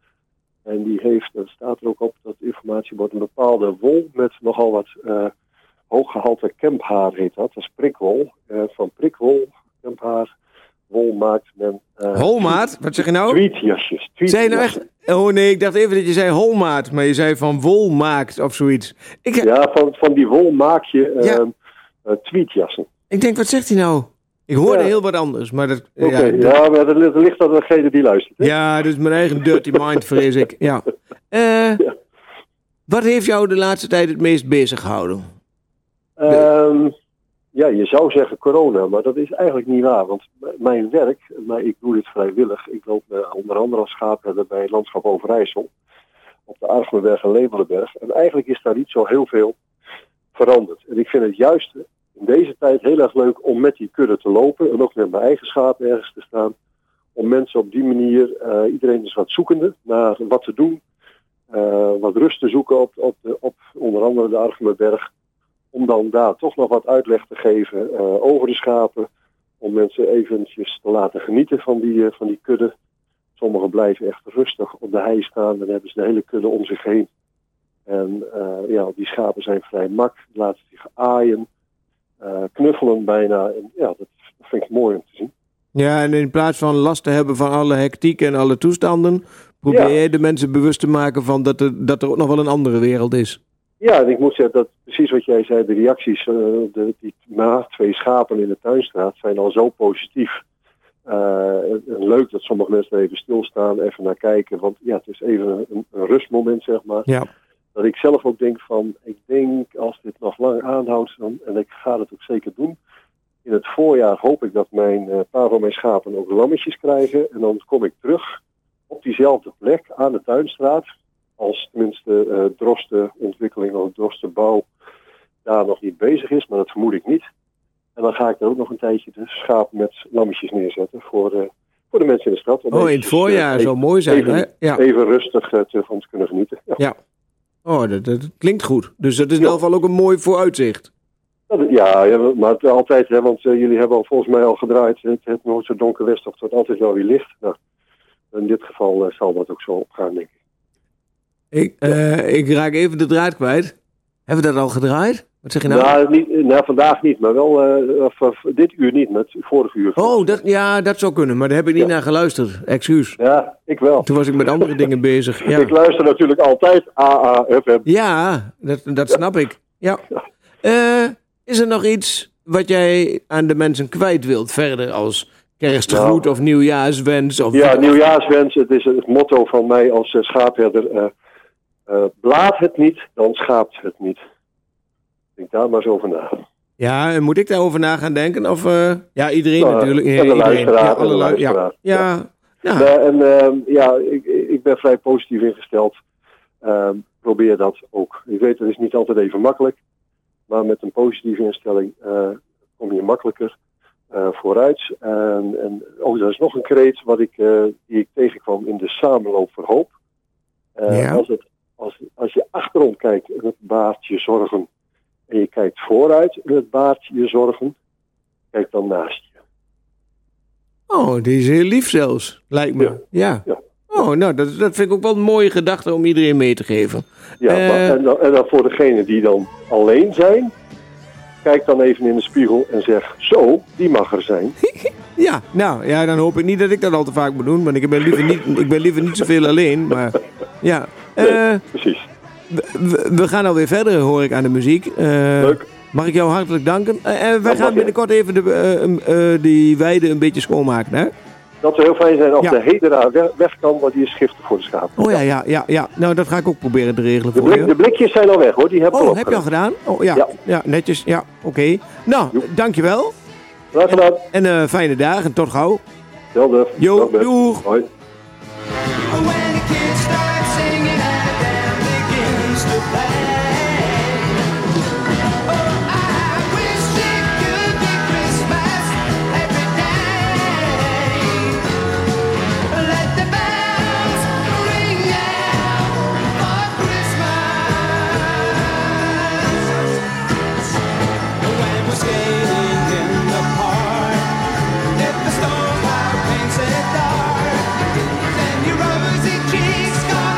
En die heeft, dat staat er ook op dat informatiebord, een bepaalde wol met nogal wat uh, hooggehalte kemphaar heet dat. Dat is prikwol. Uh, van prikwol, kemphaar, wol maakt men... Uh, Holmaat? Wat zeg je nou? Tweetjasjes. Zei je nou echt... Oh nee, ik dacht even dat je zei holmaat, maar je zei van wol maakt of zoiets. Ik... Ja, van, van die wol maak je uh, ja. uh, tweetjassen. Ik denk, wat zegt hij nou? Ik hoorde ja. heel wat anders, maar dat... Oké, okay, ja, dat... ja, maar dat ligt aan degene die luistert. Hè? Ja, dat is mijn eigen dirty mind, vrees ik. Ja. Uh, ja. Wat heeft jou de laatste tijd het meest bezig gehouden? Um, ja, je zou zeggen corona, maar dat is eigenlijk niet waar. Want m- mijn werk, maar ik doe dit vrijwillig. Ik loop uh, onder andere als schaapherder bij het Landschap Overijssel. Op de Argelenberg en Levelenberg. En eigenlijk is daar niet zo heel veel veranderd. En ik vind het juist in deze tijd heel erg leuk om met die kudde te lopen. En ook met mijn eigen schapen ergens te staan. Om mensen op die manier, uh, iedereen is wat zoekende naar wat te doen. Uh, wat rust te zoeken op, op, de, op onder andere de Argelenberg. Om dan daar toch nog wat uitleg te geven uh, over de schapen. Om mensen eventjes te laten genieten van die, uh, van die kudde. Sommigen blijven echt rustig op de hei staan. Dan hebben ze de hele kudde om zich heen. En uh, ja, die schapen zijn vrij mak. Laten zich aaien. Uh, knuffelen bijna. En ja, dat, dat vind ik mooi om te zien. Ja, en in plaats van last te hebben van alle hectiek en alle toestanden, probeer ja. je de mensen bewust te maken van dat er, dat er ook nog wel een andere wereld is. Ja, en ik moet zeggen dat precies wat jij zei, de reacties, uh, de, die na twee schapen in de Tuinstraat zijn al zo positief. Uh, en leuk dat sommige mensen even stilstaan, even naar kijken, want ja, het is even een, een rustmoment, zeg maar. Ja. Dat ik zelf ook denk van, ik denk als dit nog lang aanhoudt, dan, en ik ga het ook zeker doen. In het voorjaar hoop ik dat mijn uh, paar van mijn schapen ook lammetjes krijgen. En dan kom ik terug op diezelfde plek aan de Tuinstraat. Als tenminste uh, drostenontwikkeling of drostenbouw daar nog niet bezig is. Maar dat vermoed ik niet. En dan ga ik er ook nog een tijdje de schapen met lammetjes neerzetten voor, uh, voor de mensen in de stad. Oh, in het voorjaar uh, zou mooi zijn, even, hè? Ja. Even rustig uh, te, van te kunnen genieten. Ja. ja. Oh, dat, dat klinkt goed. Dus dat is in ieder geval ook een mooi vooruitzicht. Ja, ja, maar het, altijd, hè, want uh, jullie hebben al volgens mij al gedraaid. Het, het nooit zo donker west of het wordt altijd wel weer licht. Nou, in dit geval uh, zal dat ook zo opgaan, denk ik. Ik, uh, ik raak even de draad kwijt. Hebben we dat al gedraaid? Wat zeg je nou? Nou, niet, nou vandaag niet, maar wel uh, of, of, dit uur niet, maar het vorige uur. Oh, dat, ja, dat zou kunnen, maar daar heb ik niet ja. naar geluisterd. Excuus. Ja, ik wel. Toen was ik met andere dingen bezig. Ja. Ik luister natuurlijk altijd A A F M. Ja, dat, dat snap ja. ik. Ja. Uh, is er nog iets wat jij aan de mensen kwijt wilt verder als kerstgroet nou, of nieuwjaarswens? Of ja, nieuwjaarswens. Het is het motto van mij als uh, schaapherder. Uh, uh, blaat het niet, dan schaapt het niet. Denk daar maar eens over na. Ja, en moet ik daarover na gaan denken? Of uh, ja, iedereen nou, natuurlijk. Ja, en de iedereen. luisteraar. Ja, alle lu- luisteraar. Ja, ja. ja. ja. ja. En uh, ja, ik, ik ben vrij positief ingesteld. Uh, probeer dat ook. Ik weet, het is niet altijd even makkelijk. Maar met een positieve instelling uh, kom je makkelijker uh, vooruit. En, en oh, er is nog een kreet wat ik, uh, die ik tegenkwam in de samenloop voor hoop. Uh, ja. als, het, als, als je achterom kijkt en het baart je zorgen. En je kijkt vooruit en het baart je zorgen. Kijk dan naast je. Oh, die is heel lief zelfs, lijkt me. Ja. ja. ja. Oh, nou, dat, dat vind ik ook wel een mooie gedachte om iedereen mee te geven. Ja, uh, maar, en, dan, en dan voor degenen die dan alleen zijn, kijk dan even in de spiegel en zeg, zo, die mag er zijn. ja, nou, ja, dan hoop ik niet dat ik dat al te vaak moet doen, want ik ben liever niet, ik ben liever niet zoveel alleen, maar ja. Uh, nee, precies. We, we gaan alweer verder, hoor ik aan de muziek. Uh, Leuk. Mag ik jou hartelijk danken? Uh, en wij gaan binnenkort even de, uh, uh, die weide een beetje schoonmaken, hè? Dat zou heel fijn zijn als ja. de hedera weg kan, want die is giftig voor de schapen. Oh ja, ja, ja, ja. Nou, dat ga ik ook proberen te regelen de voor blik, je. De blikjes zijn al weg, hoor. Die heb oh, al heb je al gedaan? Oh ja, ja. ja netjes. Ja, oké. Okay. Nou, Joep. dankjewel. Graag gedaan. En, en uh, fijne dagen. Tot gauw. Hetzelfde. Jo, doeg. Hoi. Then your rosy cheeks gone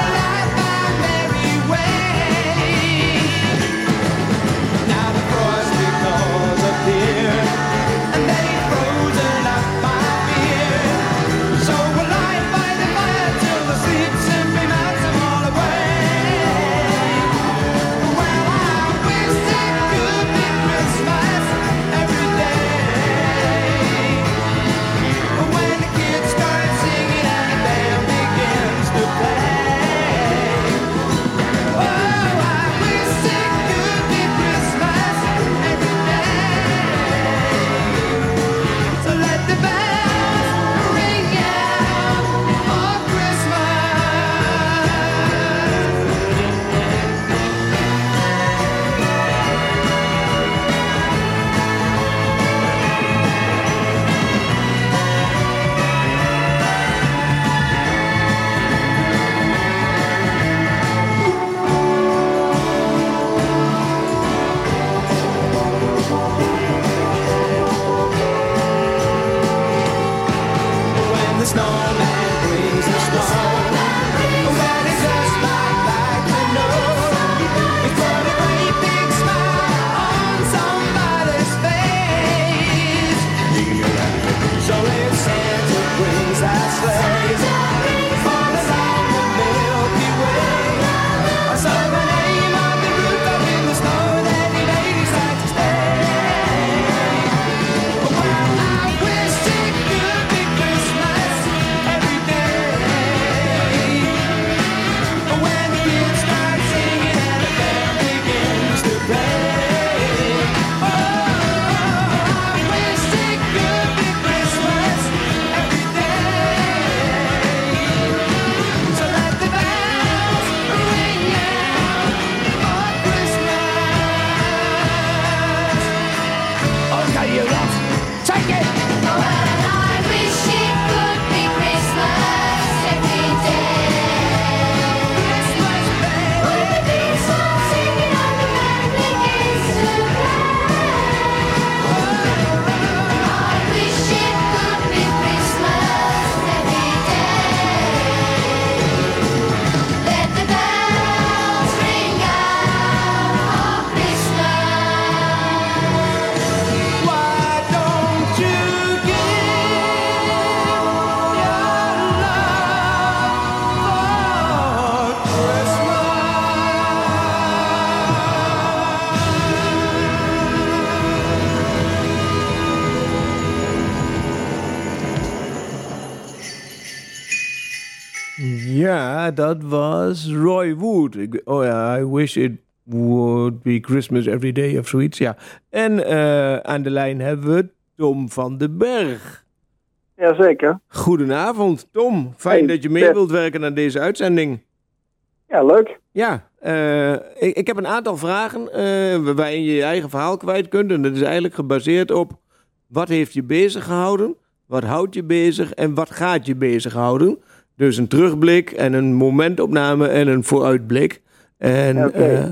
Ja, dat was Roy Wood. Ik, oh ja, I wish it would be Christmas every day of zoiets. Ja. En uh, aan de lijn hebben we Tom van den Berg. Jazeker. Goedenavond, Tom. Fijn hey, dat je mee Bert. wilt werken aan deze uitzending. Ja, leuk. Ja, uh, ik, ik heb een aantal vragen uh, waarin je je eigen verhaal kwijt kunt. En dat is eigenlijk gebaseerd op wat heeft je bezig gehouden, wat houdt je bezig en wat gaat je bezighouden. Dus een terugblik en een momentopname en een vooruitblik. En okay. uh,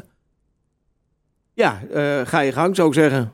ja, uh, ga je gang, zou ik zeggen.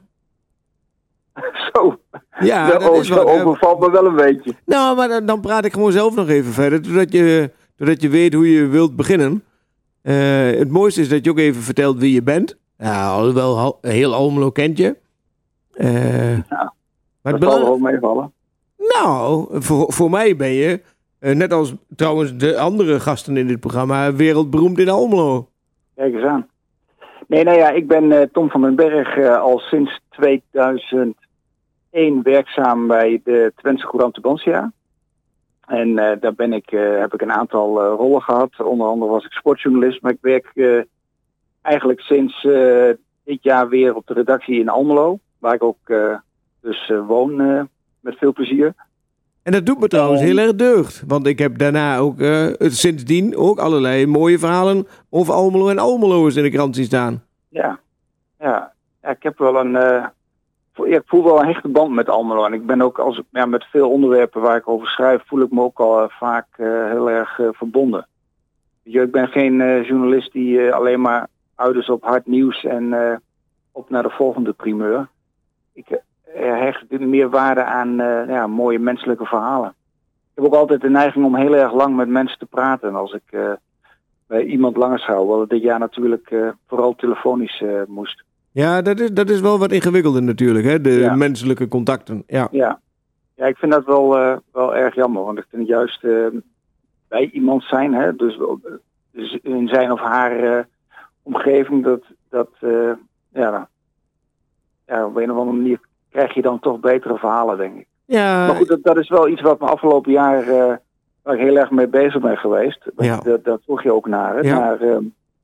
Zo. Ja, dat, dat is dat wat, overvalt me wel een beetje. Nou, maar dan, dan praat ik gewoon zelf nog even verder, zodat je, zodat je weet hoe je wilt beginnen. Uh, het mooiste is dat je ook even vertelt wie je bent. Ja, alhoewel heel Almelo kent je. Uh, ja, maar dat zal er ook meevallen. Nou, voor, voor mij ben je... Uh, net als trouwens de andere gasten in dit programma, wereldberoemd in Almelo. Kijk eens aan. Nee, nou ja, ik ben uh, Tom van den Berg, uh, al sinds tweeduizend één werkzaam bij de Twentse Courant Tubantia. En uh, daar ben ik, uh, heb ik een aantal uh, rollen gehad. Onder andere was ik sportjournalist, maar ik werk uh, eigenlijk sinds uh, dit jaar weer op de redactie in Almelo. Waar ik ook uh, dus uh, woon uh, met veel plezier. En dat doet me trouwens heel erg deugd. Want ik heb daarna ook uh, sindsdien ook allerlei mooie verhalen over Almelo en Almeloers in de krant zien staan. Ja, ja. ja ik heb wel een... Uh, ik voel wel een hechte band met Almelo. En ik ben ook als, ja, met veel onderwerpen waar ik over schrijf, voel ik me ook al uh, vaak uh, heel erg uh, verbonden. Ik ben geen uh, journalist die uh, alleen maar uit is op hard nieuws en uh, op naar de volgende primeur. Ik uh, hecht meer waarde aan uh, ja, mooie menselijke verhalen. Ik heb ook altijd de neiging om heel erg lang met mensen te praten. Als ik uh, bij iemand langer schouw, wat dit jaar natuurlijk uh, vooral telefonisch uh, moest. Ja, dat is, dat is wel wat ingewikkelder natuurlijk, hè? De ja. menselijke contacten. Ja. Ja. ja, ik vind dat wel, uh, wel erg jammer. Want ik vind juist uh, bij iemand zijn, hè, dus, dus in zijn of haar uh, omgeving, dat, dat uh, ja, ja, op een of andere manier krijg je dan toch betere verhalen, denk ik. Ja. Maar goed, dat, dat is wel iets wat me afgelopen jaar uh, waar ik heel erg mee bezig ben geweest. Ja. Dat, dat vroeg je ook naar. Hè? Ja. Maar uh,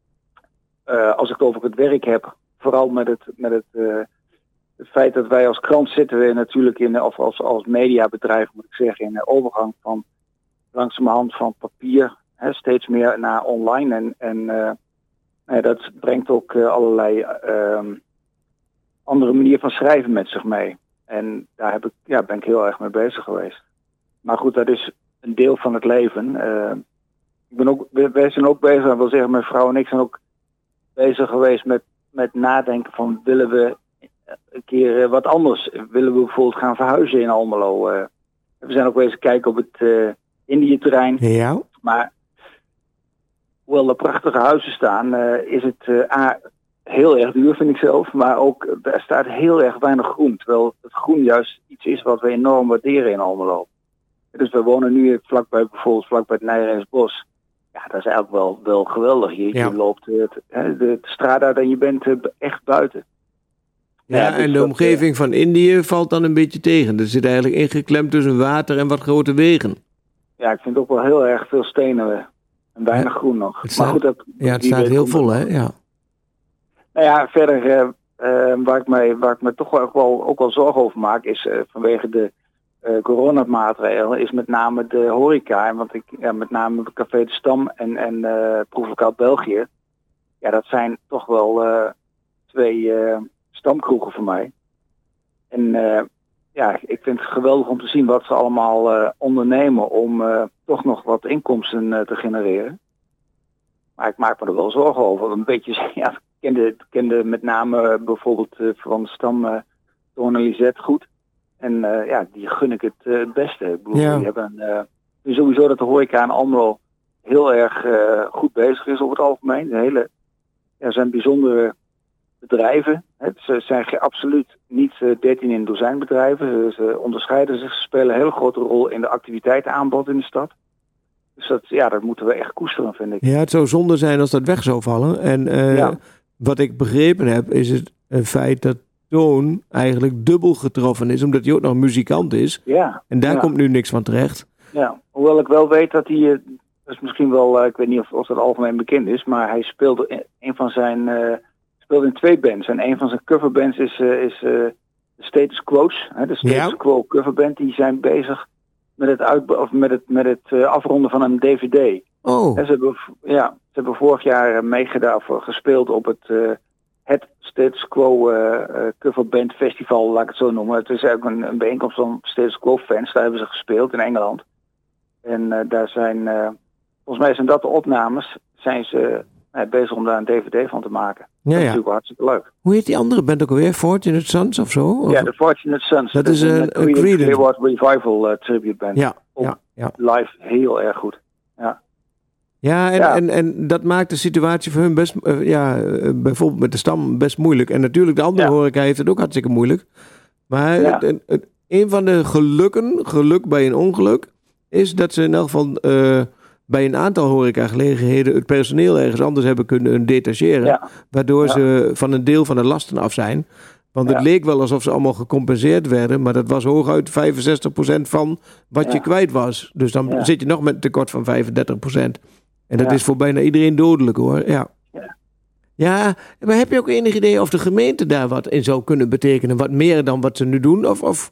uh, als ik het over het werk heb, vooral met het, met het, uh, het feit dat wij als krant zitten we natuurlijk in, of als, als mediabedrijf moet ik zeggen, in de overgang van langzamerhand van papier, hè, steeds meer naar online. En, en uh, nou ja, dat brengt ook uh, allerlei uh, andere manier van schrijven met zich mee. En daar heb ik, ja, ben ik heel erg mee bezig geweest. Maar goed, dat is een deel van het leven. Uh, ik ben ook, wij zijn ook bezig, dat wil zeggen, mijn vrouw en ik zijn ook bezig geweest met, met nadenken van, willen we een keer uh, wat anders? Willen we bijvoorbeeld gaan verhuizen in Almelo? Uh, we zijn ook bezig kijken op het uh, Indië-terrein. Ja. Maar hoewel er prachtige huizen staan, uh, is het uh, A, heel erg duur, vind ik zelf. Maar ook, uh, er staat heel erg weinig groen. Terwijl het groen juist iets is wat we enorm waarderen in Almelo. Dus we wonen nu vlakbij, bijvoorbeeld vlakbij het Nijreensbos. Ja, dat is eigenlijk wel, wel geweldig. Je, ja. je loopt uh, het, hè, de, de straat uit en je bent uh, echt buiten. Ja, ja dus en de omgeving uh, van Indië valt dan een beetje tegen. Er zit eigenlijk ingeklemd tussen water en wat grote wegen. Ja, ik vind ook wel heel erg veel stenen en weinig ja, groen nog. Het staat, maar goed, dat, ja, het staat heel vol, hè? Ja. Nou ja, verder uh, uh, waar, ik mij, waar ik me toch ook wel, ook wel zorgen over maak, is uh, vanwege de uh, coronamaatregelen, is met name de horeca. Want ik, ja, met name Café de Stam en, en uh, Proeflokaal België. Ja, dat zijn toch wel uh, twee uh, stamkroegen voor mij. En uh, ja, ik vind het geweldig om te zien wat ze allemaal uh, ondernemen om uh, toch nog wat inkomsten uh, te genereren. Maar ik maak me er wel zorgen over. Een beetje, ja, ik kende, kende met name uh, bijvoorbeeld uh, van de Stam uh, Toorne Lisette goed. En uh, ja, die gun ik het uh, het beste. Ik bedoel, ja. die hebben uh, dus sowieso dat de horeca in Almelo heel erg uh, goed bezig is over het algemeen. De hele, ja, zijn bijzondere bedrijven. Hè. Ze zijn ge- absoluut niet uh, dertien in dozijn bedrijven. Ze, ze onderscheiden zich. Ze spelen een hele grote rol in de activiteitenaanbod in de stad. Dus dat, ja, dat moeten we echt koesteren, vind ik. Ja, het zou zonde zijn als dat weg zou vallen. En uh, ja. wat ik begrepen heb, is het een feit dat Toon eigenlijk dubbel getroffen is, omdat hij ook nog muzikant is. Ja. En daar ja. komt nu niks van terecht. Ja, hoewel ik wel weet dat hij, uh, dat is misschien wel, uh, ik weet niet of, of dat algemeen bekend is, maar hij speelde in, een van zijn, uh, speelde in twee bands. En een van zijn coverbands is, uh, is uh, de Status Quo's. Hè, de Status ja. Quo coverband, die zijn bezig met het, uit, of met het, met het uh, afronden van een D V D. Oh. En ze hebben, ja, ze hebben vorig jaar meegedaan of gespeeld op het, uh, het Status Quo uh, uh, coverband festival, laat ik het zo noemen. Het is eigenlijk een, een bijeenkomst van Status Quo fans. Daar hebben ze gespeeld in Engeland. En uh, daar zijn, uh, volgens mij zijn dat de opnames, zijn ze uh, bezig om daar een D V D van te maken. Ja, dat is ja. natuurlijk hartstikke leuk. Hoe heet die andere band ook alweer? Fortunate Sons of zo? Of? Ja, de Fortunate Sons. Dat, dat is een, een Creedence Clearwater Revival uh, tribute band. Ja, ja, ja. Live heel erg goed. Ja. Ja, en, ja. En, en dat maakt de situatie voor hun best, uh, ja, uh, bijvoorbeeld met de Stam best moeilijk. En natuurlijk, de andere ja. horeca heeft het ook hartstikke moeilijk. Maar ja. het, het, het, een van de gelukken, geluk bij een ongeluk, is dat ze in elk geval uh, bij een aantal horecagelegenheden het personeel ergens anders hebben kunnen detacheren. Ja. Waardoor ja. ze van een deel van de lasten af zijn. Want het ja. leek wel alsof ze allemaal gecompenseerd werden, maar dat was hooguit vijfenzestig procent van wat ja. je kwijt was. Dus dan ja. zit je nog met een tekort van vijfendertig procent. En dat ja. is voor bijna iedereen dodelijk, hoor. Ja. Ja. ja, maar heb je ook enig idee of de gemeente daar wat in zou kunnen betekenen? Wat meer dan wat ze nu doen? Of, of...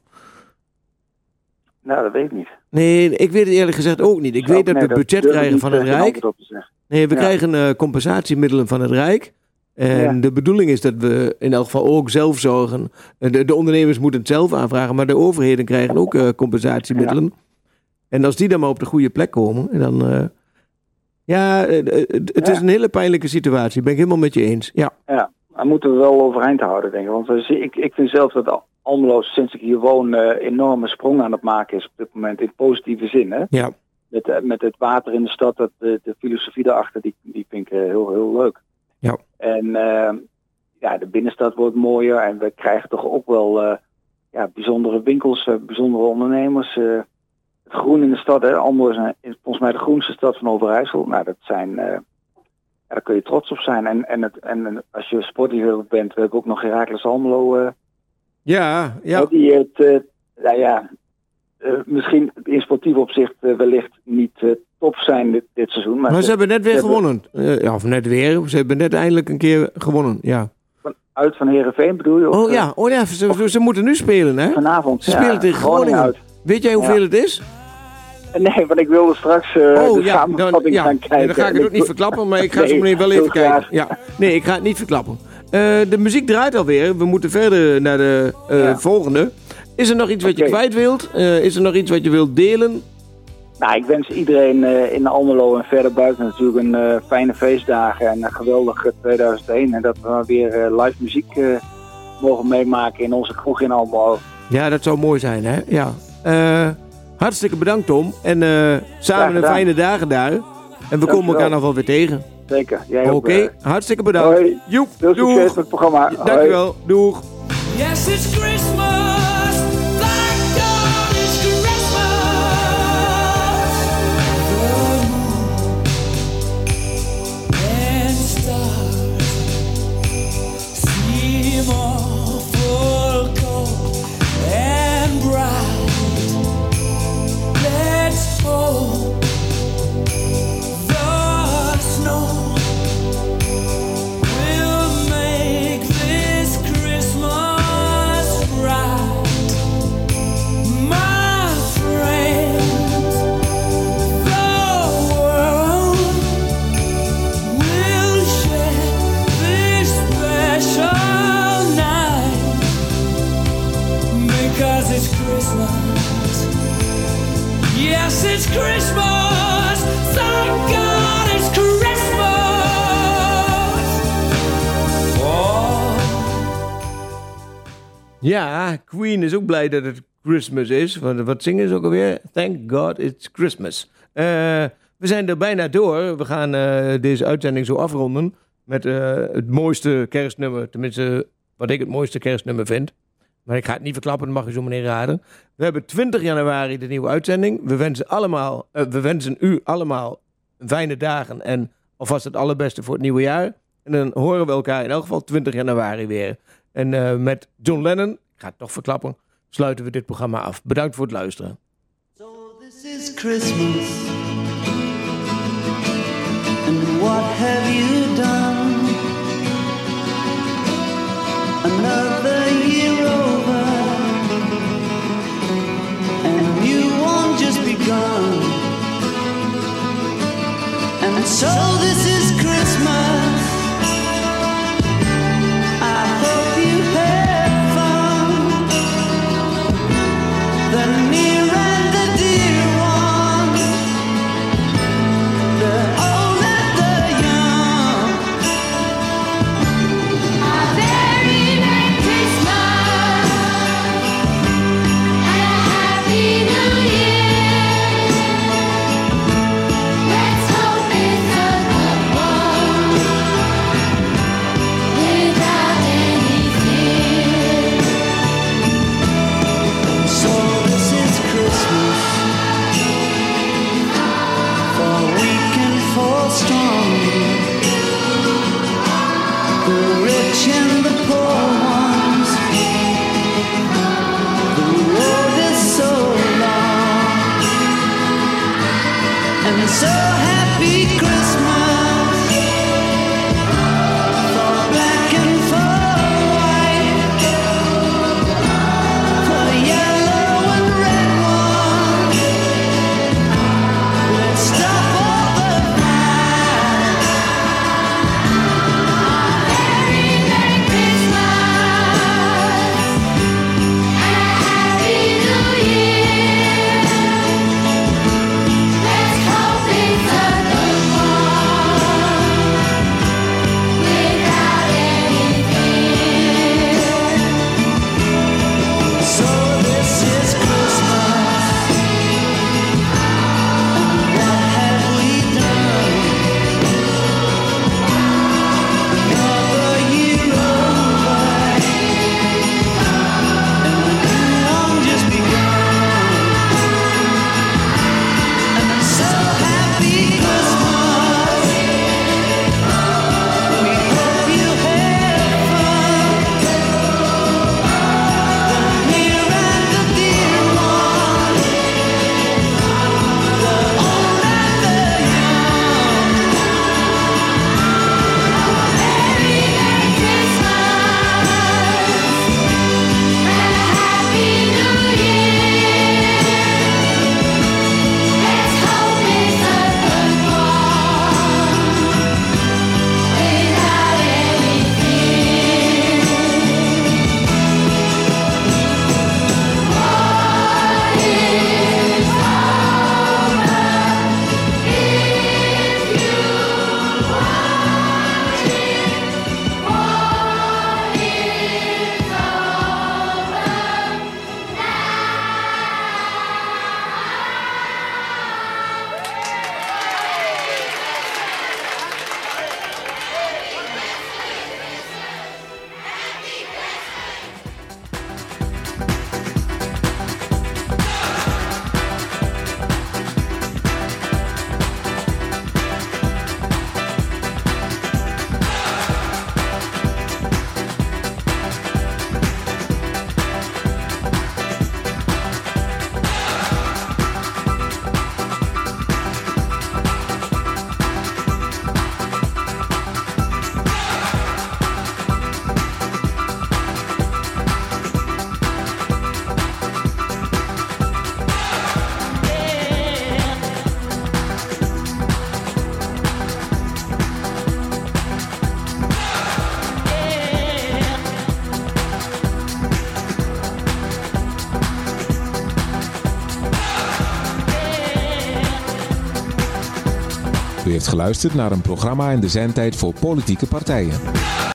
Nou, dat weet ik niet. Nee, ik weet het eerlijk gezegd ook niet. Ik Zo, weet dat nee, we budget dat krijgen van het Rijk. Nee, we ja. krijgen uh, compensatiemiddelen van het Rijk. En ja. de bedoeling is dat we in elk geval ook zelf zorgen. De, de ondernemers moeten het zelf aanvragen, maar de overheden krijgen ook uh, compensatiemiddelen. Ja. En als die dan maar op de goede plek komen, dan... Uh, ja, het, het ja. is een hele pijnlijke situatie. Ben ik helemaal met je eens. Ja, ja, daar moeten we wel overeind houden, denk ik. Want we, ik, ik vind zelf dat Almelo, sinds ik hier woon, uh, enorme sprong aan het maken is op dit moment in positieve zin. Hè? Ja. Met, uh, met het water in de stad, dat, de, de filosofie daarachter, die, die vind ik uh, heel, heel leuk. Ja. En uh, ja, de binnenstad wordt mooier en we krijgen toch ook wel uh, ja, bijzondere winkels, uh, bijzondere ondernemers. Uh, het groen in de stad, hè. Almelo is, is volgens mij de groenste stad van Overijssel. Nou, dat zijn, uh, ja, daar kun je trots op zijn. En, en, het, en als je sportliefhebber bent, we hebben ook nog Heracles Almelo. Uh, ja, ja. Die het, uh, nou ja, uh, misschien in sportief opzicht uh, wellicht niet uh, top zijn dit, dit seizoen. Maar, maar ze, ze hebben net weer hebben, gewonnen. Uh, ja, of net weer. Ze hebben net eindelijk een keer gewonnen, ja. Van, uit van Heerenveen bedoel je? Of, oh ja, oh, ja ze, of, ze moeten nu spelen, hè? Vanavond, Ze ja, spelen tegen Groningen. Uit. Weet jij hoeveel ja. het is? Nee, want ik wilde straks uh, oh, de ja, samenvatting dan, ja, gaan kijken. Nee, dan ga ik het ook niet verklappen, maar ik ga nee, zo meteen wel even kijken. Ja. Nee, ik ga het niet verklappen. Uh, de muziek draait alweer. We moeten verder naar de uh, ja. volgende. Is er nog iets wat okay. je kwijt wilt? Uh, is er nog iets wat je wilt delen? Nou, ik wens iedereen uh, in Almelo en verder buiten natuurlijk een uh, fijne feestdagen en een geweldige tweeduizend één. En dat we weer uh, live muziek uh, mogen meemaken in onze kroeg in Almelo. Ja, dat zou mooi zijn, hè? Ja. Uh, Hartstikke bedankt, Tom. En uh, samen een fijne dagen daar. En we Dank komen elkaar nog wel weer tegen. Zeker. Oké, okay. uh... hartsucce bedankt. Hoi. Joep, veel succes doeg. met het programma. Dankjewel, doeg. Yes, it's Christmas. Thank God it's Christmas. And stars seem awful cold and bright. Let's hope the snow will make this Christmas bright. My friends, the world will share this special night because it's Christmas. Yes, it's Christmas. Thank God it's Christmas. Oh. Ja, Queen is ook blij dat het Christmas is. Want wat zingen ze ook alweer? Thank God it's Christmas. Uh, we zijn er bijna door. We gaan uh, deze uitzending zo afronden met uh, het mooiste kerstnummer. Tenminste, wat ik het mooiste kerstnummer vind. Maar ik ga het niet verklappen, dat mag je zo meneer raden. We hebben twintig januari de nieuwe uitzending. We wensen, allemaal, uh, we wensen u allemaal fijne dagen en alvast het allerbeste voor het nieuwe jaar. En dan horen we elkaar in elk geval twintig januari weer. En uh, met John Lennon, ik ga het toch verklappen, sluiten we dit programma af. Bedankt voor het luisteren. So this is Christmas. And what have you done? Another year over, and a new one just begun. And so this is Christmas. I hope you had fun. The near and the dear one, the old and the young. A very Merry Christmas and a Happy New Year. Let's hope it's a good one without any fear. So this is Christmas, for weak and for strong, the rich and the poor ones. The road is so long, and so happy Christmas for black and for white, for the yellow and red one. Let's stop all the fights. Very Merry Christmas and a Happy New Year. Let's hope it's a good one U heeft geluisterd naar een programma in de zendtijd voor politieke partijen.